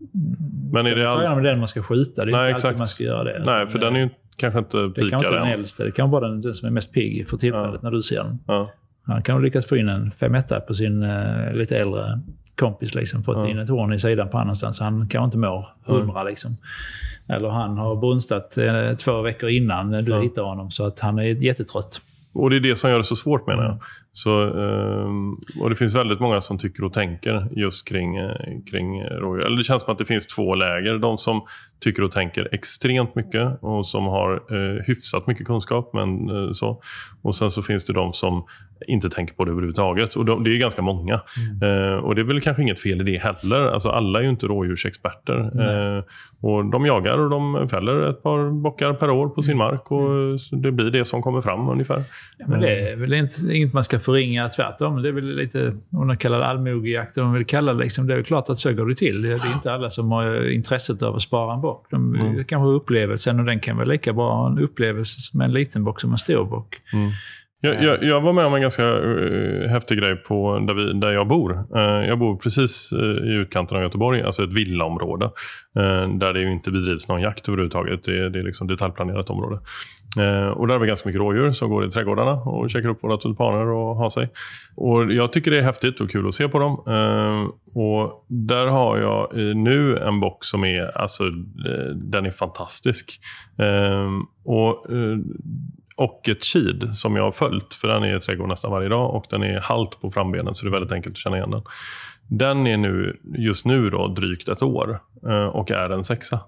Men är det all... Frågan om den man ska skjuta, det är Nej, inte alltid exakt. man ska göra det. Nej, för den är ju kanske inte Det kan inte pikare den än. äldsta, det kan vara den, den som är mest pigg för tillfället Ja. när du ser den. Ja. Han kan ha lyckats få in en femetta på sin uh, lite äldre kompis, liksom, fått Ja. in ett horn i sidan på annanstans. Han kan inte må hundra liksom. Eller han har brunstat uh, två veckor innan du Ja. hittar honom så att han är jättetrött. Och det är det som gör det så svårt menar jag. Mm. Så, ehm, och det finns väldigt många som tycker och tänker just kring, eh, kring rådjur. Eller det känns som att det finns två läger. De som tycker och tänker extremt mycket och som har eh, hyfsat mycket kunskap. Men, eh, så. Och sen så finns det de som inte tänker på det överhuvudtaget. Och de, det är ju ganska många. Mm. Eh, och det är väl kanske inget fel i det heller. Alltså alla är ju inte rådjursexperter. Eh, och de jagar och de fäller ett par bockar per år på sin mark. Och så det blir det som kommer fram ungefär. Ja, men det är väl inte, inget man ska förringa, tvärtom. Det är väl lite, om de kallar det allmogejakt, om de vill kalla det, liksom, det är väl klart att så går det till. Det är inte alla som har intresset av att spara en bock. De Mm. kanske har upplevelsen och den kan vara lika bra en upplevelse som en liten bock som en stor bock. Mm. Jag, jag, jag var med om en ganska uh, häftig grej på där, vi, där jag bor. Uh, jag bor precis uh, i utkanten av Göteborg, alltså ett villaområde. Uh, där det ju inte bedrivs någon jakt överhuvudtaget. Det, det är liksom detaljplanerat område. Uh, och där är det ganska mycket rådjur som går i trädgårdarna och käkar upp våra tulpaner och har sig. Och jag tycker det är häftigt och kul att se på dem. Uh, och där har jag uh, nu en bock som är, alltså uh, den är fantastisk. Uh, och... Uh, Och ett kid som jag har följt, för den är i trädgården nästan varje dag och den är halt på frambenen så det är väldigt enkelt att känna igen den. Den är nu, just nu då drygt ett år och är en sexa.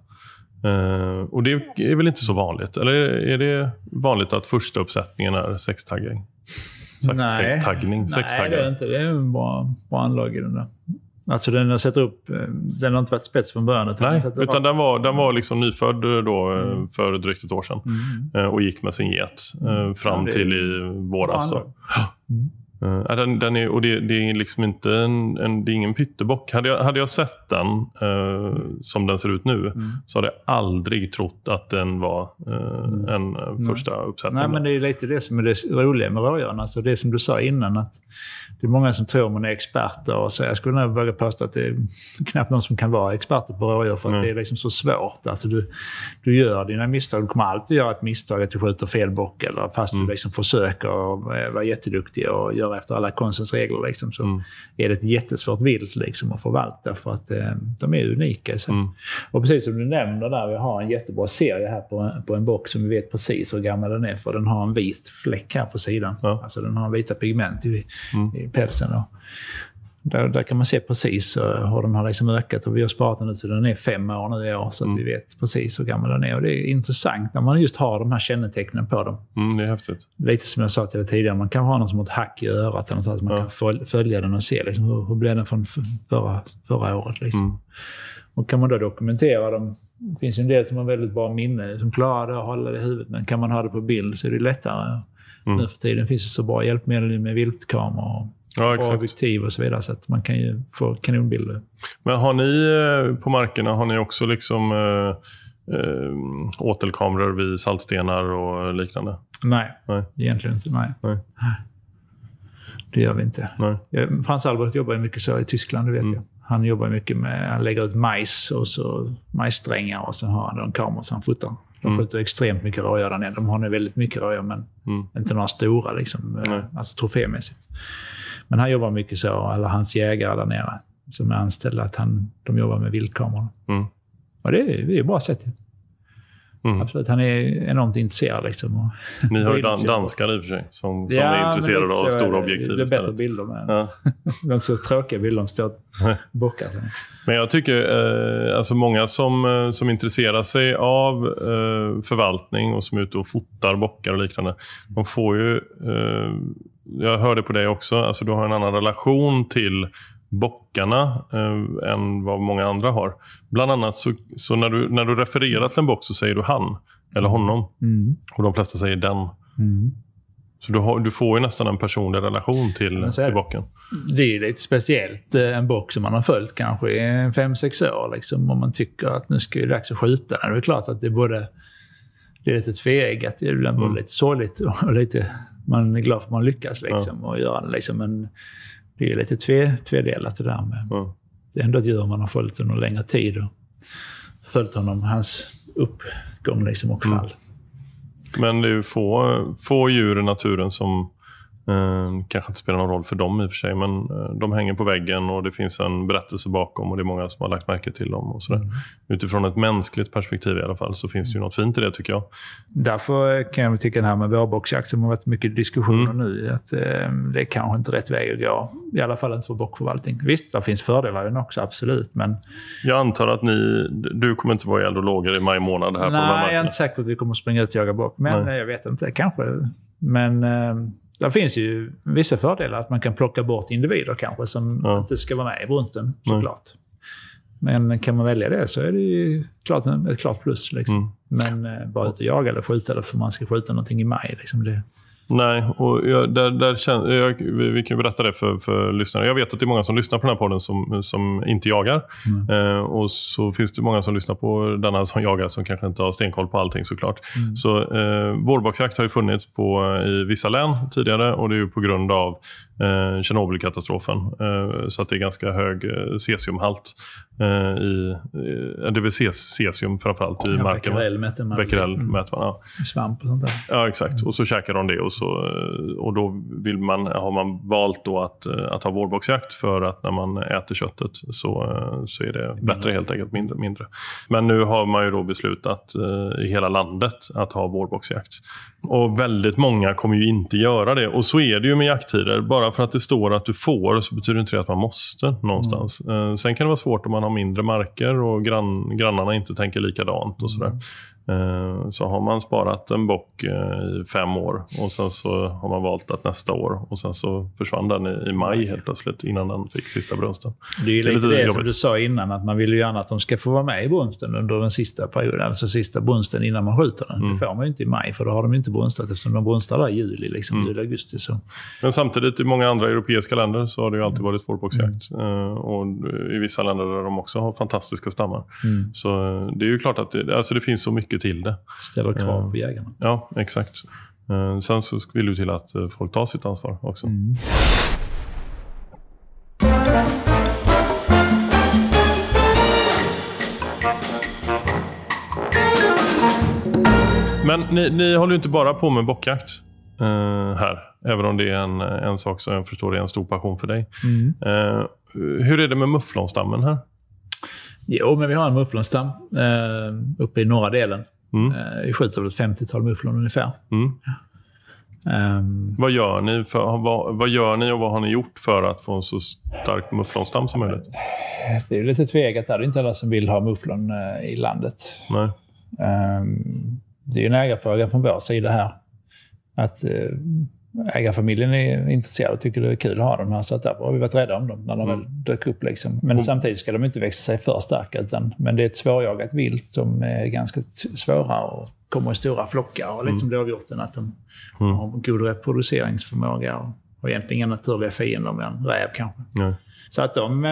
Och det är väl inte så vanligt, eller är det vanligt att första uppsättningen är sextaggning? Sextaggning, Nej, det är det inte. Det är en bra, bra anlag i den där. Alltså den har sett upp, den har inte varit spets från början. Nej, utan den var, den var liksom nyfödd då Mm. för drygt ett år sedan. Mm. Och gick med sin get fram Ja, det är till i våras då. Mm. Uh, den, den är, och det, det är liksom inte en, en, det är ingen pyttebock. Hade jag, hade jag sett den uh, som den ser ut nu Mm. så hade jag aldrig trott att den var uh, Mm. en uh, första uppsättning. Nej, men det är lite det som är det roliga med rådjuren. Alltså det som du sa innan, att det är många som tror man är experter. Och så jag skulle nog våga påstå att det är knappt någon som kan vara experter på rådjur för att Mm. det är liksom så svårt. Alltså du, du gör dina misstag. Du kommer alltid göra ett misstag att du skjuter fel bock. Eller fast Mm. du liksom försöker vara jätteduktig och göra efter alla konstens regler. Liksom, så Mm. är det ett jättesvårt vilt liksom, att förvalta för att eh, de är unika. Så. Mm. Och precis som du nämner där, vi har en jättebra serie här på, på en bock som vi vet precis hur gammal den är. För den har en vit fläck här på sidan. Ja. Alltså den har vita pigment i, Mm. i pälsen. Då. Där, där kan man se precis uh, hur den har liksom ökat. Och vi har sparat den ut så den är fem år nu i år. Så att Mm. vi vet precis hur gammal den är. Och det är intressant när man just har de här kännetecknen på dem. Mm, det är häftigt. Lite som jag sa till dig tidigare, man kan ha någon som har ett hack i örat. Eller något, så man Ja. kan föl- följa den och se liksom, hur, hur blev den från f- förra, förra året. Liksom. Mm. Och kan man då dokumentera dem. Det finns ju en del som har väldigt bra minne, som klarar det att hålla det i huvudet. Men kan man ha det på bild så är det lättare. Mm. Nu för tiden finns det så bra hjälpmedel med viltkameror Ja, och exakt. objektiv och så vidare. Så att man kan ju få kanonbilder. Men har ni eh, på markerna, har ni också liksom äh, äh, åtelkameror vid saltstenar och liknande? Nej, Nej. egentligen inte. Nej. Nej. Det gör vi inte. Nej. Ja, Frans Albert jobbar ju mycket så i Tyskland, det vet Mm. jag. Han jobbar mycket med, han lägger ut majs och så majssträngar och så har han en kamera som han fotar. De Mm. skjuter extremt mycket rådjur där nere. De har nu väldigt mycket rådjur men Mm. inte några stora liksom, Nej. alltså trofémässigt. Men han jobbar mycket så, eller hans jägare där nere som är anställda, att han, de jobbar med vildkameror. Mm. Och det är, det är bra sätt. Mm. Absolut, han är enormt intresserad liksom. Och Ni har ju dan- danskar i och för sig som, som ja, är intresserade men av så, stora objektiv det är istället. bättre bilder men Ja. de är så tråkiga bilder, de står och bockar. Men jag tycker eh, alltså många som, eh, som intresserar sig av eh, förvaltning och som är ute och fotar bockar och liknande, de får ju, eh, jag hörde på dig också, alltså du har en annan relation till bockarna eh, än vad många andra har. Bland annat så, så när, du, när du refererar till en bock så säger du han eller honom. Mm. Och de flesta säger den. Mm. Så du, har, du får ju nästan en personlig relation till, till bocken. Det är ju lite speciellt, en bock som man har följt kanske i fem sex år. Liksom, om man tycker att nu ska det dags att skjuta den. Det är klart att det är både det är lite tveeggat, det är ibland både Mm. lite sorgligt och lite, man är glad för att man lyckas liksom, ja. och göra det. Liksom, men det är lite tve, tvedelat det där med. Ja. Det är ändå ett djur man har följt under längre tid och följt honom, hans uppgång liksom, och fall. Mm. Men det är ju få, få djur i naturen som eh, kanske inte spelar någon roll för dem i och för sig, men eh, de hänger på väggen och det finns en berättelse bakom och det är många som har lagt märke till dem och sådär. Mm. Utifrån ett mänskligt perspektiv i alla fall så finns det ju något fint i det, tycker jag. Därför kan jag tycka det här med vårbocksjakt som har varit mycket diskussioner Mm. nu, att eh, det är kanske inte rätt väg att gå. I alla fall inte för bockförvaltning. Visst, det finns fördelar i den också, absolut. Men jag antar att ni, du kommer inte vara i eldologer i maj månad här. nej, på de här jag är inte säker på att vi kommer att springa ut och jaga bock. Men nej. Jag vet inte, kanske. Men eh, det finns ju vissa fördelar att man kan plocka bort individer kanske som ja. inte ska vara med i brunsten, såklart. Nej. Men kan man välja det så är det ju klart, ett klart plus. Liksom. Mm. Men eh, bara ut och jaga eller skjuta eller för man ska skjuta någonting i maj. Liksom det. Nej, och jag, där, där känner, jag, vi kan berätta det för, för lyssnare. Jag vet att det är många som lyssnar på den här podden som, som inte jagar. Mm. Eh, och så finns det många som lyssnar på denna som jagar som kanske inte har stenkoll på allting såklart. Mm. Så eh, vårbocksjakt har ju funnits på, i vissa län tidigare och det är ju på grund av eh, Tjernobylkatastrofen. Eh, så att det är ganska hög eh, cesiumhalt eh, i, eh, det är cesium framförallt i ja, marken. Becquerel mäter man. Becquerel mäter man, ja. Svamp och sånt där. Ja, exakt. Och så käkar de det och så och då vill man, har man valt då att, att ha vårbocksjakt för att när man äter köttet så, så är det bättre helt enkelt, mindre, mindre. Men nu har man ju då beslutat i hela landet att ha vårbocksjakt. Och väldigt många kommer ju inte göra det. Och så är det ju med jakttider. Bara för att det står att du får så betyder inte det att man måste någonstans. Mm. Sen kan det vara svårt om man har mindre marker och grann, grannarna inte tänker likadant och sådär. Så har man sparat en bock i fem år och sen så har man valt att nästa år och sen så försvann den i maj helt plötsligt innan den fick sista brunsten. Det är ju lite det, det som du sa innan, att man vill ju gärna att de ska få vara med i brunsten under den sista perioden, alltså sista brunsten innan man skjuter den. Mm. Det får man ju inte i maj för då har de inte brunstat eftersom de brunstar där i juli, liksom mm. juli, augusti. Så. Men samtidigt i många andra europeiska länder så har det ju alltid varit vårbocksjakt mm. och i vissa länder där de också har fantastiska stammar. Mm. Så det är ju klart att det, alltså det finns så mycket till det. Ställer krav på jägarna. Ja, exakt. Sen så vill du till att folk tar sitt ansvar också. Mm. Men ni, ni håller ju inte bara på med bockjakt uh, här. Även om det är en, en sak som jag förstår är en stor passion för dig. Mm. Uh, hur är det med mufflonstammen här? Jo, men vi har en mufflonstam uh, uppe i norra delen. Mm. Uh, vi skjuter väl ett femtiotal mufflon ungefär. Mm. Um, vad gör ni för, vad, vad gör ni och vad har ni gjort för att få en så stark mufflonstam som möjligt? Det är ju lite tvegat där. Det är inte alla som vill ha mufflon uh, i landet. Nej. Um, det är en ägarfråga från vår sida här. Att uh, ägarfamiljen är intresserad och tycker det är kul att ha dem här. Så att därför har vi varit rädda om dem när de mm. väl dök upp. Liksom. Men mm. samtidigt ska de inte växa sig för starka. Utan, men det är ett svårjagat vilt som är ganska t- svåra och kommer i stora flockar. Och lite mm. som blåhjorten, att de mm. har god reproduceringsförmåga. Och har egentligen inga naturliga fiender med en räv kanske. Nej. Så att de,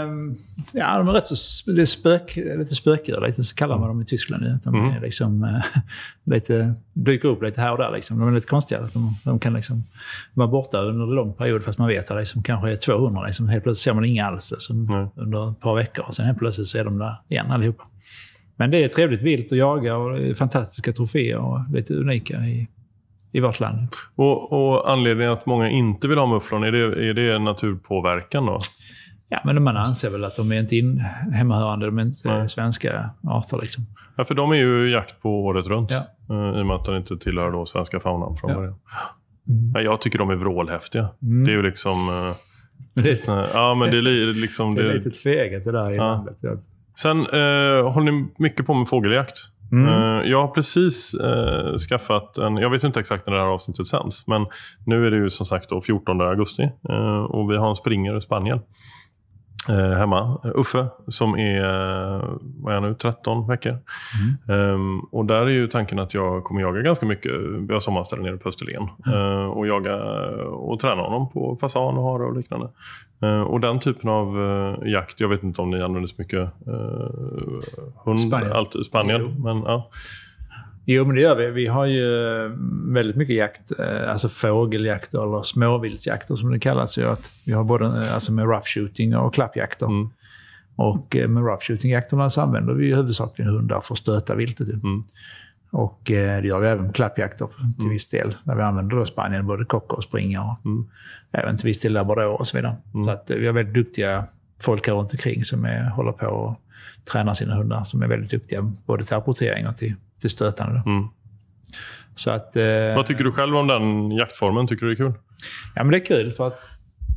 ja, de är rätt så det är spök, lite spökdjur, lite så kallar man dem i Tyskland. De är mm. liksom lite, dyker upp lite här och där. Liksom. De är lite konstiga. De, de kan liksom vara borta under en lång period fast man vet att det liksom kanske är tvåhundra. Liksom. Helt plötsligt ser man inga alls liksom, mm. under ett par veckor. Och sen helt plötsligt så är de där igen allihopa. Men det är trevligt vilt att jaga och det är fantastiska troféer och lite unika i, i vårt land. Och, och anledningen att många inte vill ha mufflon, är det, är det naturpåverkan då? Ja, men man anser väl att de är inte in hemmahörande, de är inte Nej. svenska arter liksom. Ja, för de är ju jakt på året runt. Ja. I och med att de inte tillhör då svenska faunan från ja. början. Mm. Ja, jag tycker de är vrålhäftiga. Mm. Det är ju liksom... Men det är, såna, ja, men det är liksom... Det är lite tveget det där i ja. landet. Ja. Sen eh, håller ni mycket på med fågeljakt. Mm. Eh, jag har precis eh, skaffat en... Jag vet inte exakt när det här avsnittet sänds. Men nu är det ju som sagt då fjortonde augusti. Eh, och vi har en springare spaniel. Eh, hemma, Uffe, som är, vad är nu, tretton veckor. Mm. Um, och där är ju tanken att jag kommer jaga ganska mycket. Vi har sommarställen nere på Österlen. Mm. Uh, och jaga och träna honom på fasan och hare och liknande. Uh, och den typen av uh, jakt, jag vet inte om ni använder så mycket uh, hund, Spanien. Allt, Spanien men ja. Jo, men det gör vi. Vi har ju väldigt mycket jakt, alltså fågeljakter eller småviltjakter som det kallas. Så att vi har både alltså med rough shooting och klappjakter. Mm. Och med rough shooting-jakterna så använder vi huvudsakligen hundar för att stöta viltet. Mm. Och det gör vi även med klappjakter till mm. viss del. Där vi använder då Spanien både kockar och springare. Och mm. även till viss del labrador och så vidare. Mm. Så att vi har väldigt duktiga folk här runt omkring som är, håller på och tränar sina hundar. Som är väldigt duktiga både till rapportering och till till stötande. Mm. Så att, eh, vad tycker du själv om den jaktformen? Tycker du det är kul? Ja, men det är kul för att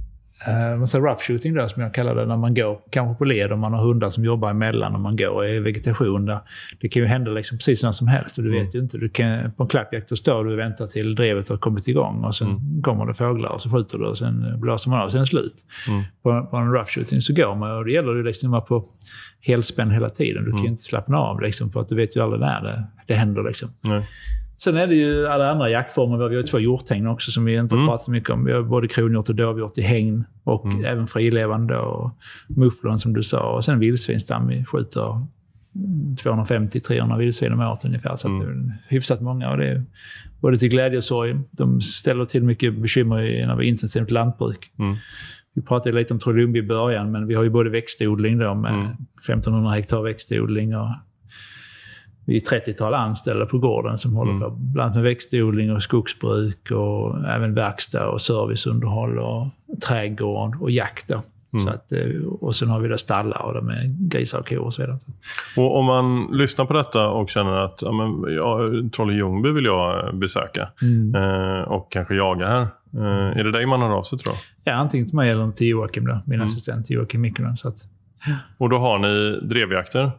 eh, man säger rough shooting där, som jag kallar det, när man går kanske på led och man har hundar som jobbar emellan och man går i vegetation där. Det kan ju hända liksom precis när som helst och du mm. vet ju inte. Du kan, på en klappjakt så står du och väntar till drevet har kommit igång och sen mm. kommer det fåglar och så skjuter du och sen blåser man av och sen är det slut. Mm. På, på en rough shooting så går man och det gäller ju liksom att vara på helspänn hela tiden. Du kan ju mm. inte slappna av liksom, för att du vet ju aldrig när det, det händer liksom. Nej. Sen är det ju alla andra jaktformer. Vi har ju två hjorthägn också som vi inte mm. pratat mycket om. Vi har både kronhjort och dovhjort i hägn och mm. även frilevande och mufflon som du sa. Och sen vildsvinstam. Vi skjuter tvåhundrafemtio till trehundra vildsvin om året ungefär. Så mm. att det är hyfsat många och det är både till glädje och sorg. De ställer till mycket bekymmer i, när vi är intensivt lantbruk. Mm. Vi pratade lite om Trollumbi i början, men vi har ju både växtodling då med mm. femtonhundra hektar växtodling och vi är trettiotal anställda på gården som håller mm. på bland annat med växtodling och skogsbruk och även verkstad och serviceunderhåll och trädgård och jakt. Mm. Så att, och sen har vi då stallar och de är grisar och kor och så vidare. Och om man lyssnar på detta och känner att ja, men, ja, Trolle-Ljungby vill jag besöka mm. eh, och kanske jaga här. Eh, är det dig man har av sig, tror jag? Ja, antingen till mig eller till Joakim då, min mm. assistent Joakim Mikkonen. Så att, ja. Och då har ni drevjakter?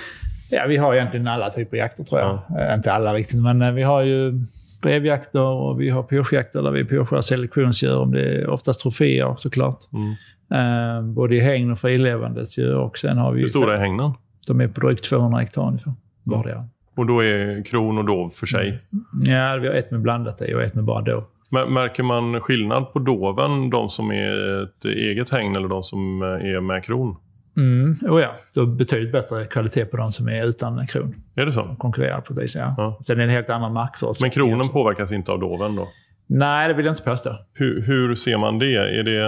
Ja, vi har egentligen alla typer av jakter, tror jag. Ja. Inte alla riktigt, men vi har ju drevjakter och vi har pyrschjakter där vi pyrschar selektionsdjur, om det är oftast troféer såklart. Mm. Eh, både i hägn och frilevandet djur. Och sen har vi hur stora är hägnen? De är på drygt tvåhundra hektar ungefär. Var det, ja. Och då är kron och dov för sig? Mm. Ja, vi har ett med blandat i och ett med bara dov. Märker man skillnad på doven, de som är ett eget hägn eller de som är med kron? Mm, och ja, då betydligt bättre kvalitet på de som är utan kron. Är det så? De konkurrerar på det, ja. ja. Sen är det en helt annan markförutsättning. Men kronen påverkas inte av doven då? Nej, det vill jag inte påstå. Hur, hur ser man det? Är det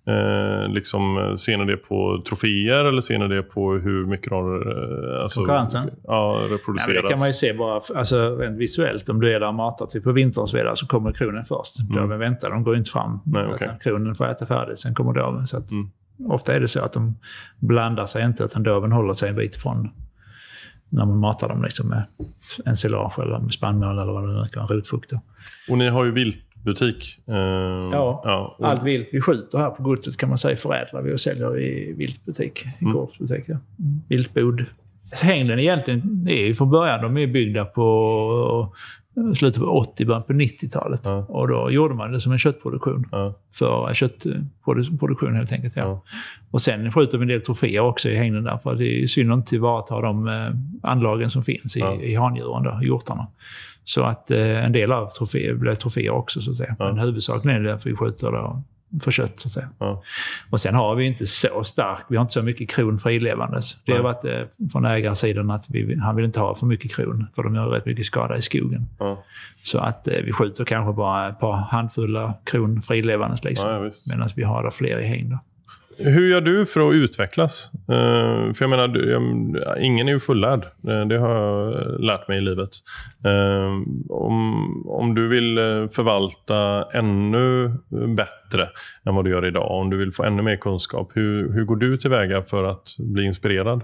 eh, liksom, ser ni det på troféer eller ser ni det på hur mycket de eh, alltså, konkurrensen? Ja, reproduceras? Ja, det kan man ju se bara alltså, rent visuellt. Om du är där och matar typ på vintern så, vidare, så kommer kronen först. Mm. Doven väntar, de går inte fram. Nej, okay. Kronen får äta färdigt, sen kommer doven. Så att, mm. ofta är det så att de blandar sig inte, utan doven håller sig en bit ifrån när man matar dem liksom med ensilage eller med spannmål eller vad det nu kan vara, rotfrukter. Och ni har ju viltbutik. Eh, ja, ja och allt vilt vi skjuter här på godset kan man säga förädlar vi och säljer i viltbutik, i mm. gårdsbutik. Ja. Viltbod. Hängden egentligen är ju från början, de är byggda på slutet på åttio, början på nittiotalet. Ja. Och då gjorde man det som en köttproduktion. Ja. För köttproduktion helt enkelt. Ja. Ja. Och sen skjuter vi en del troféer också i hängden där. För det är synd att inte tillvarata de eh, anlagen som finns i, Ja. i handjuren där, i hjortarna. Så att eh, en del av troféer blir troféer också så att säga. Ja. Men huvudsakligen är det därför vi skjuter då för kött så att säga. Ja. Och sen har vi inte så stark, vi har inte så mycket kron frilevandes. Det har Nej. varit eh, från ägarsidan att vi, han vill inte ha för mycket kron för de gör rätt mycket skada i skogen. Ja. Så att eh, vi skjuter kanske bara ett par handfulla kron frilevandes liksom. Ja, visst. Medan vi har där fler i häng då. Hur gör du för att utvecklas? Uh, för jag menar, du, jag, ingen är ju fullärd. Uh, det har jag lärt mig i livet. Uh, om, om du vill förvalta ännu bättre än vad du gör idag, om du vill få ännu mer kunskap, hur, hur går du tillväga för att bli inspirerad?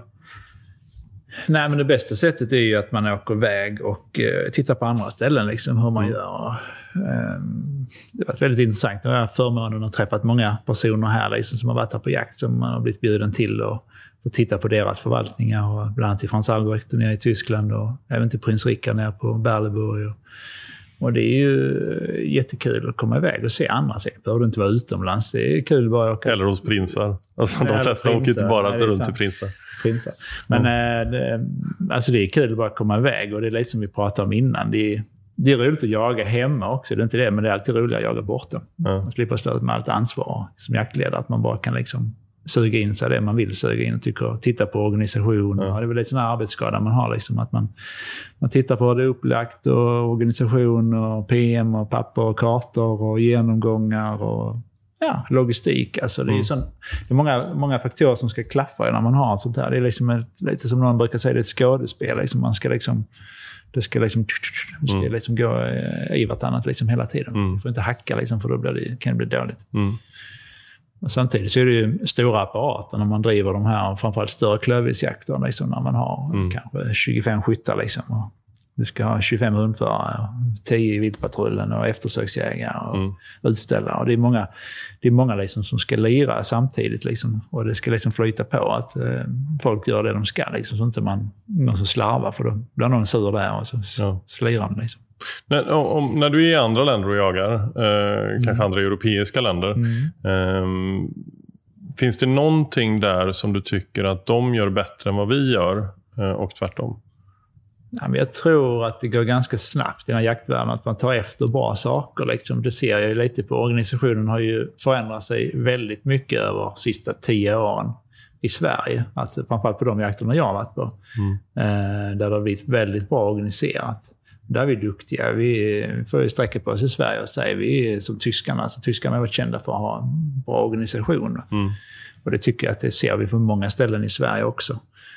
Nej, men det bästa sättet är ju att man åker iväg och eh, tittar på andra ställen, liksom, hur man mm. gör. Eh, det har varit väldigt intressant. Jag har förmånen att träffat många personer här liksom, som har varit här på jakt, som man har blivit bjuden till och fått titta på deras förvaltningar. Och bland annat till Frans Albrecht nere i Tyskland och även till Prins Rickard nere på Berleburg. Och, och det är ju jättekul att komma iväg och se andra. Sen behöver du inte vara utomlands. Det är kul bara att åka. Eller hos prinsar. Alltså, de flesta prinsar. åker inte bara Nej, runt till prinsar. prinsar. Men mm. det, alltså det är kul att bara komma iväg. Och det är lite som vi pratade om innan. Det är, det är roligt att jaga hemma också. Det är inte det, men det är alltid roligt att jaga borta. Mm. Man slipper stå med allt ansvar som jaktledare. Att man bara kan liksom suga in sig det man vill suga in och tycker, titta på organisation. Mm. Det är väl lite sån här arbetsskada man har. Liksom, att man, man tittar på det upplagt och organisation och P M och papper och kartor och genomgångar och ja, logistik. Alltså, det är, mm. ju sån, det är många, många faktorer som ska klaffa när man har sånt här. Det är liksom ett, lite som någon brukar säga, det är ett skådespel. Liksom. Man ska liksom, det ska liksom, det ska mm. liksom gå i vartannat liksom hela tiden. Mm. Du får inte hacka liksom, för då blir det, kan det bli dåligt. Mm. Och samtidigt så är det ju stora apparater när man driver de här, framförallt större klövviltsjakter, liksom, när man har mm. kanske tjugofem skyttar. Liksom, och du ska ha tjugofem hundförare, tio i viltpatrullen och eftersöksjägare och mm. utställare. Och det är många, det är många liksom som ska lira samtidigt. Liksom, och det ska liksom flyta på att eh, folk gör det de ska. Liksom, så inte man någon som slarvar, för då blir någon sur där och så ja. slirar man. Liksom. När, om, när du är i andra länder och jagar, eh, mm. kanske andra europeiska länder, mm. eh, finns det någonting där som du tycker att de gör bättre än vad vi gör eh, och tvärtom? Ja, men jag tror att det går ganska snabbt i den här jaktvärlden att man tar efter bra saker. Liksom. Det ser jag ju lite på. Organisationen har ju förändrat sig väldigt mycket över de sista tio åren i Sverige. Alltså, framförallt på de jakterna jag har varit på. Mm. Eh, där det har blivit väldigt bra organiserat. Där är vi duktiga. Vi får ju sträcka på oss i Sverige och säga vi är som tyskarna. Alltså, tyskarna har varit kända för att ha en bra organisation. Mm. Och det tycker jag att det ser vi på många ställen i Sverige också.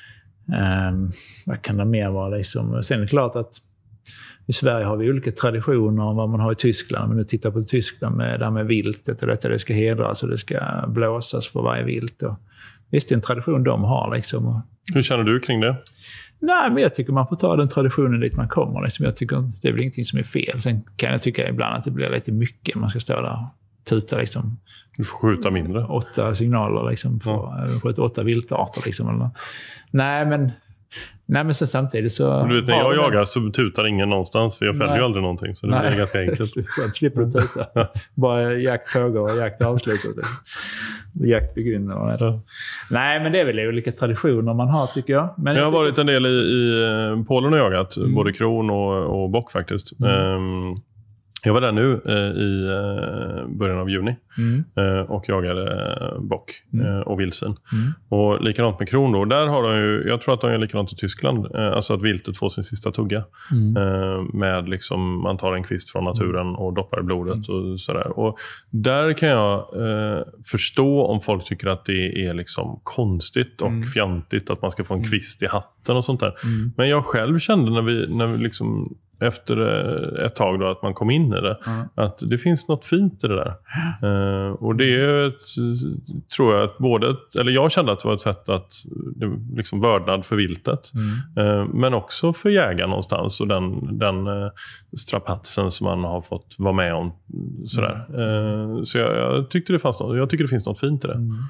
Um, vad kan det mer vara liksom? Sen är det klart att i Sverige har vi olika traditioner om vad man har i Tyskland. Men nu tittar på Tyskland med, där med viltet och detta, det ska hedras och det ska blåsas för varje vilt. Och visst, det är en tradition de har liksom. Hur känner du kring det? Nej, men jag tycker man får ta den traditionen dit man kommer. Liksom. Jag tycker det är väl ingenting som är fel. Sen kan jag tycka ibland att det blir lite mycket. Man ska stå där och tuta liksom. Du får skjuta mindre. Åtta signaler liksom. För, ja. Skjuta åtta viltarter liksom. Eller. Nej, men... Nej, men sen samtidigt så... Du vet, när jag jagar så tutar ingen någonstans, för jag fäller ju aldrig någonting. Så det Nej. blir ganska enkelt. Jag slipper du tuta. Bara jakt pågår och jakt avslutas. Jakt begynner. Ja. Nej, men det är väl olika traditioner man har, tycker jag. Men jag har varit en del i, i Polen och jagat. Mm. Både kron och, och bock faktiskt. Mm. Um, Jag var där nu eh, i eh, början av juni mm. eh, och jagade eh, bock mm. eh, och vildsvin. Mm. Och likadant med kron då. Där har de ju, jag tror att de är likadant i Tyskland. Eh, alltså att viltet får sin sista tugga. Mm. Eh, med liksom, man tar en kvist från naturen och doppar i blodet mm. och sådär. Och där kan jag eh, förstå om folk tycker att det är liksom konstigt och mm. fjantigt att man ska få en kvist i hatten och sånt där. Mm. Men jag själv kände när vi, när vi liksom... efter ett tag då att man kom in i det mm. att det finns något fint i det där. Uh, och det är ett, tror jag att både ett, eller jag kände att det var ett sätt att det, liksom vördnad för viltet mm. uh, men också för jägaren någonstans och den, den uh, strapatsen som man har fått vara med om sådär. Mm. Uh, så jag, jag tyckte det fanns något, jag tycker det finns något fint i det. Mm.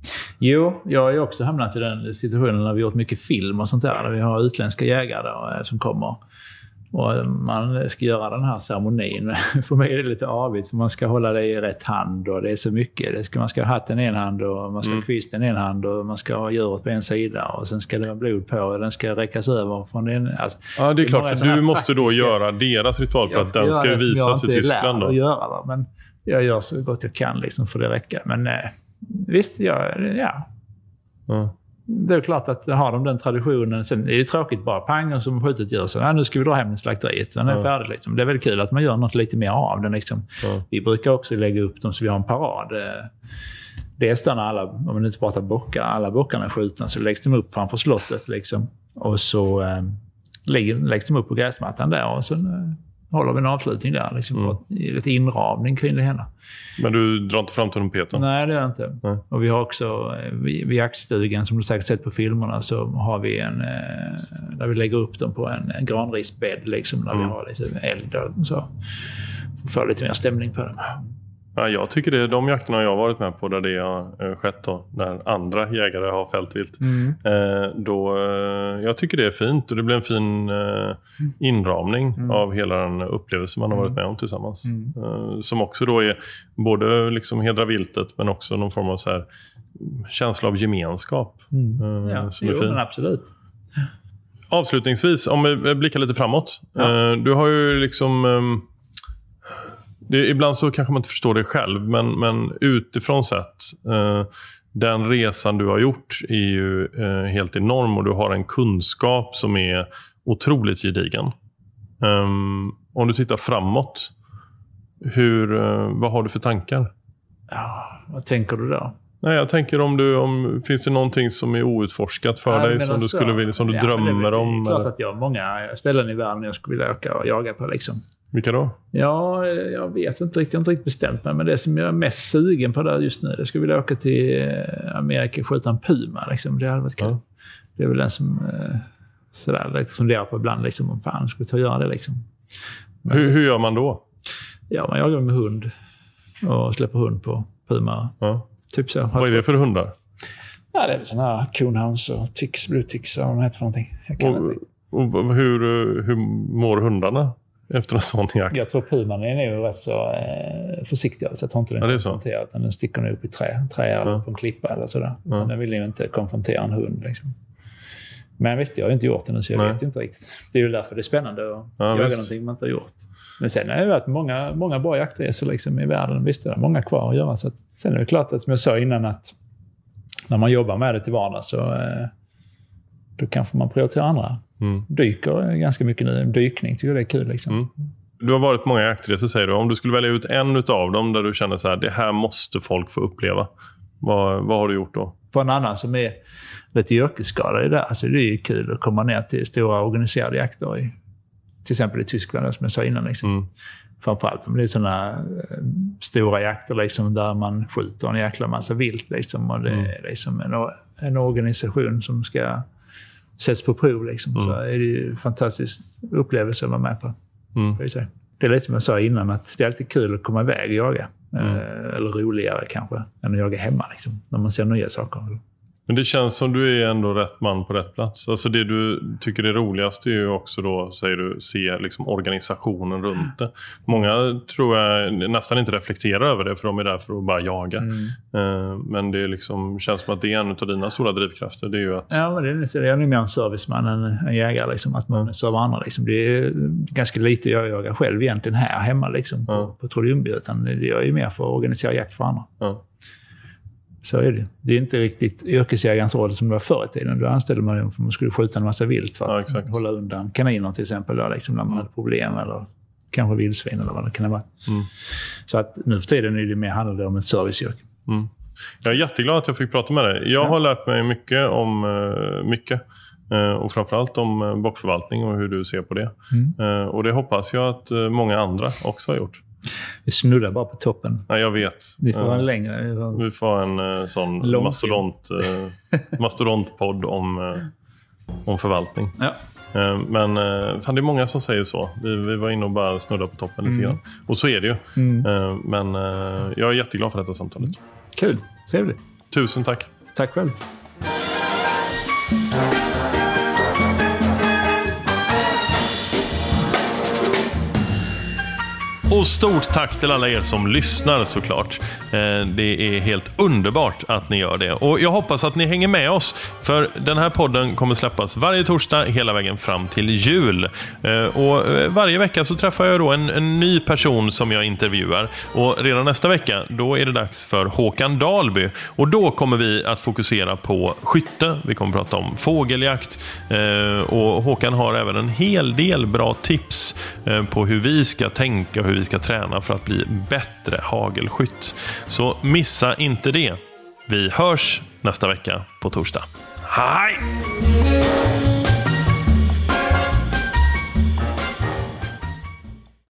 Jo, jag har ju också hamnat i den situationen när vi gjort mycket film och sånt där, där vi har utländska jägare då, som kommer Och man ska göra den här ceremonin. För mig är det lite avigt, för man ska hålla det i rätt hand och det är så mycket. Det ska, man ska ha hatten i en hand och man ska mm. ha kvisten i en hand och man ska ha djuret på en sida och sen ska det vara blod på och den ska räckas över från den. Alltså, ja, det är klart, för du måste då göra deras ritual för att den ska ju visas i Tyskland då. Att göra, va? Men jag gör så gott jag kan liksom för det räcker. Men eh, visst, jag, ja. Mm. Det är klart att har de den traditionen. Sen är det ju tråkigt bara pang och som skjutit djur. Så ja, nu ska vi dra hem till slakteriet. Den är mm. färdig liksom. Det är väldigt kul att man gör något lite mer av den liksom. Mm. Vi brukar också lägga upp dem så vi har en parad. Dels när alla, om man inte pratar bockar, alla bockarna är skjutna så läggs de upp framför slottet liksom. Och så äh, läggs de upp på gräsmattan där och så äh, håller vi en avslutning där liksom, mm. för att ge lite inramning kring det hela. Men du drar inte fram trumpeten? Nej, det gör jag inte. Nej. Och vi har också vid jaktstugan, som du säkert sett på filmerna, så har vi en där vi lägger upp dem på en, en granrisbädd liksom, där mm. vi har lite eld och så. Får lite mer stämning på det. Ja, jag tycker det är de jakterna jag har varit med på där det har skett då, när andra jägare har fällt vilt. Mm. Eh, då, eh, jag tycker det är fint och det blir en fin eh, inramning mm. av hela den upplevelse man har varit med om tillsammans. Mm. Eh, som också då är både liksom hedra viltet men också någon form av så här känsla av gemenskap. Mm. Eh, ja, som jo, är fin. Men absolut. Avslutningsvis, om vi blickar lite framåt. Ja. Eh, du har ju liksom... Eh, Det, ibland så kanske man inte förstår det själv, men, men utifrån sett, eh, den resan du har gjort är ju eh, helt enorm och du har en kunskap som är otroligt gedigen. Um, om du tittar framåt, hur, eh, vad har du för tankar? Ja, vad tänker du då? Nej, jag tänker om du, om, finns det någonting som är outforskat för ja, dig som alltså, du skulle vilja, som du ja, drömmer det, om? Det är klart eller? att jag har många ställen i världen jag skulle vilja åka och jaga på liksom. Vilka då? Ja, jag vet inte riktigt, jag har inte riktigt bestämt mig. Men det som jag är mest sugen på där just nu, det skulle vilja åka till Amerika och skjuta en puma. Liksom. Det hade varit kul. Ja. Det är väl den som sådär, lite funderar på ibland liksom, om fan skulle ta och göra det. Liksom. Men, hur, hur gör man då? Ja, man jagar med hund och släpper hund på puma. Ja. Typ så. Vad är det för hundar? Ja, det är väl sådana här coonhounds och ticks, blue ticks och vad de heter för någonting. Jag kan och, inte. och hur, hur mår hundarna efter en sån jakt? Jag tror puman är nog rätt så eh, försiktig. Så jag tror inte den ja, konfronterar. Utan den sticker nog upp i trä, trä eller ja. på en klippa eller sådär. Ja. Den vill ju inte konfrontera en hund. Liksom. Men vet, jag har inte gjort det nu så jag Nej. vet inte riktigt. Det är ju därför det är spännande att ja, jaga visst. någonting man inte har gjort. Men sen har det varit många, många bra jaktresor liksom, i världen. Visst är det många kvar att göra. Så att, sen är det klart att som jag sa innan att när man jobbar med det till vardags så eh, då kanske man prioriterar andra. Mm. Dyker ganska mycket nu. Dykning tycker jag det är kul. Liksom. Mm. Du har varit på många jaktresor säger du. Om du skulle välja ut en av dem där du känner så här, det här måste folk få uppleva. Vad, vad har du gjort då? För en annan som är lite yrkesskadad i det alltså det är ju kul att komma ner till stora organiserade jakter i, till exempel i Tyskland som jag sa innan. Liksom. Mm. Framförallt om det är sådana stora jakter liksom, där man skjuter en jäkla massa vilt. Liksom, och det mm. är liksom en, en organisation som ska sätts på prov. Liksom, mm. Så är det ju en fantastisk upplevelse att vara med på. Mm. Det är lite som jag sa innan att det är alltid kul att komma iväg och jaga. Mm. Eller roligare kanske än att jaga hemma. Liksom, när man ser nya saker. Men det känns som du är ändå rätt man på rätt plats. Alltså det du tycker är roligast är ju också då, säger du, se liksom organisationen runt det. Många tror jag nästan inte reflekterar över det för de är där för att bara jaga. Mm. Men det liksom, känns som att det är en av dina stora drivkrafter. Det är ju att... Ja, men det är, jag är mer en serviceman än en jägare. Liksom, att man mm. servar andra. Liksom. Det är ganska lite jag jagar själv egentligen här hemma liksom, på, mm. på Trollhättan. Utan jag är ju mer för att organisera jakt för andra. Mm. Så är det. Det är inte riktigt yrkesjägarens roll som det var förr i tiden. Då anställde man dem för att man skulle skjuta en massa vilt för att ja, hålla undan kaniner till exempel. Då, liksom, när man mm. hade problem eller kanske vildsvin eller vad det kan vara. Mm. Så att nu för tiden är det mer handlar om ett serviceyrke. Mm. Jag är jätteglad att jag fick prata med dig. Jag ja. har lärt mig mycket om uh, mycket. Uh, och framförallt om uh, bockförvaltning och hur du ser på det. Mm. Uh, och det hoppas jag att uh, många andra också har gjort. Vi snuddar bara på toppen. Ja, jag vet. Vi får uh, en längre. Vi får, vi får en uh, sån mastodont, uh, mastodontpodd om, uh, om förvaltning. Ja. Uh, men uh, fan, det är många som säger så. Vi, vi var inne och bara snudda på toppen mm. lite grann. Och så är det ju. Mm. Uh, men uh, jag är jätteglad för detta samtalet. Mm. Kul. Trevligt. Tusen tack. Tack själv. Och stort tack till alla er som lyssnar såklart. Det är helt underbart att ni gör det. Och jag hoppas att ni hänger med oss, för den här podden kommer släppas varje torsdag hela vägen fram till jul. Och varje vecka så träffar jag då en, en ny person som jag intervjuar. Och redan nästa vecka, då är det dags för Håkan Dahlby. Och då kommer vi att fokusera på skytte. Vi kommer att prata om fågeljakt. Och Håkan har även en hel del bra tips på hur vi ska tänka och hur vi ska träna för att bli bättre hagelskytt. Så missa inte det. Vi hörs nästa vecka på torsdag. Hej!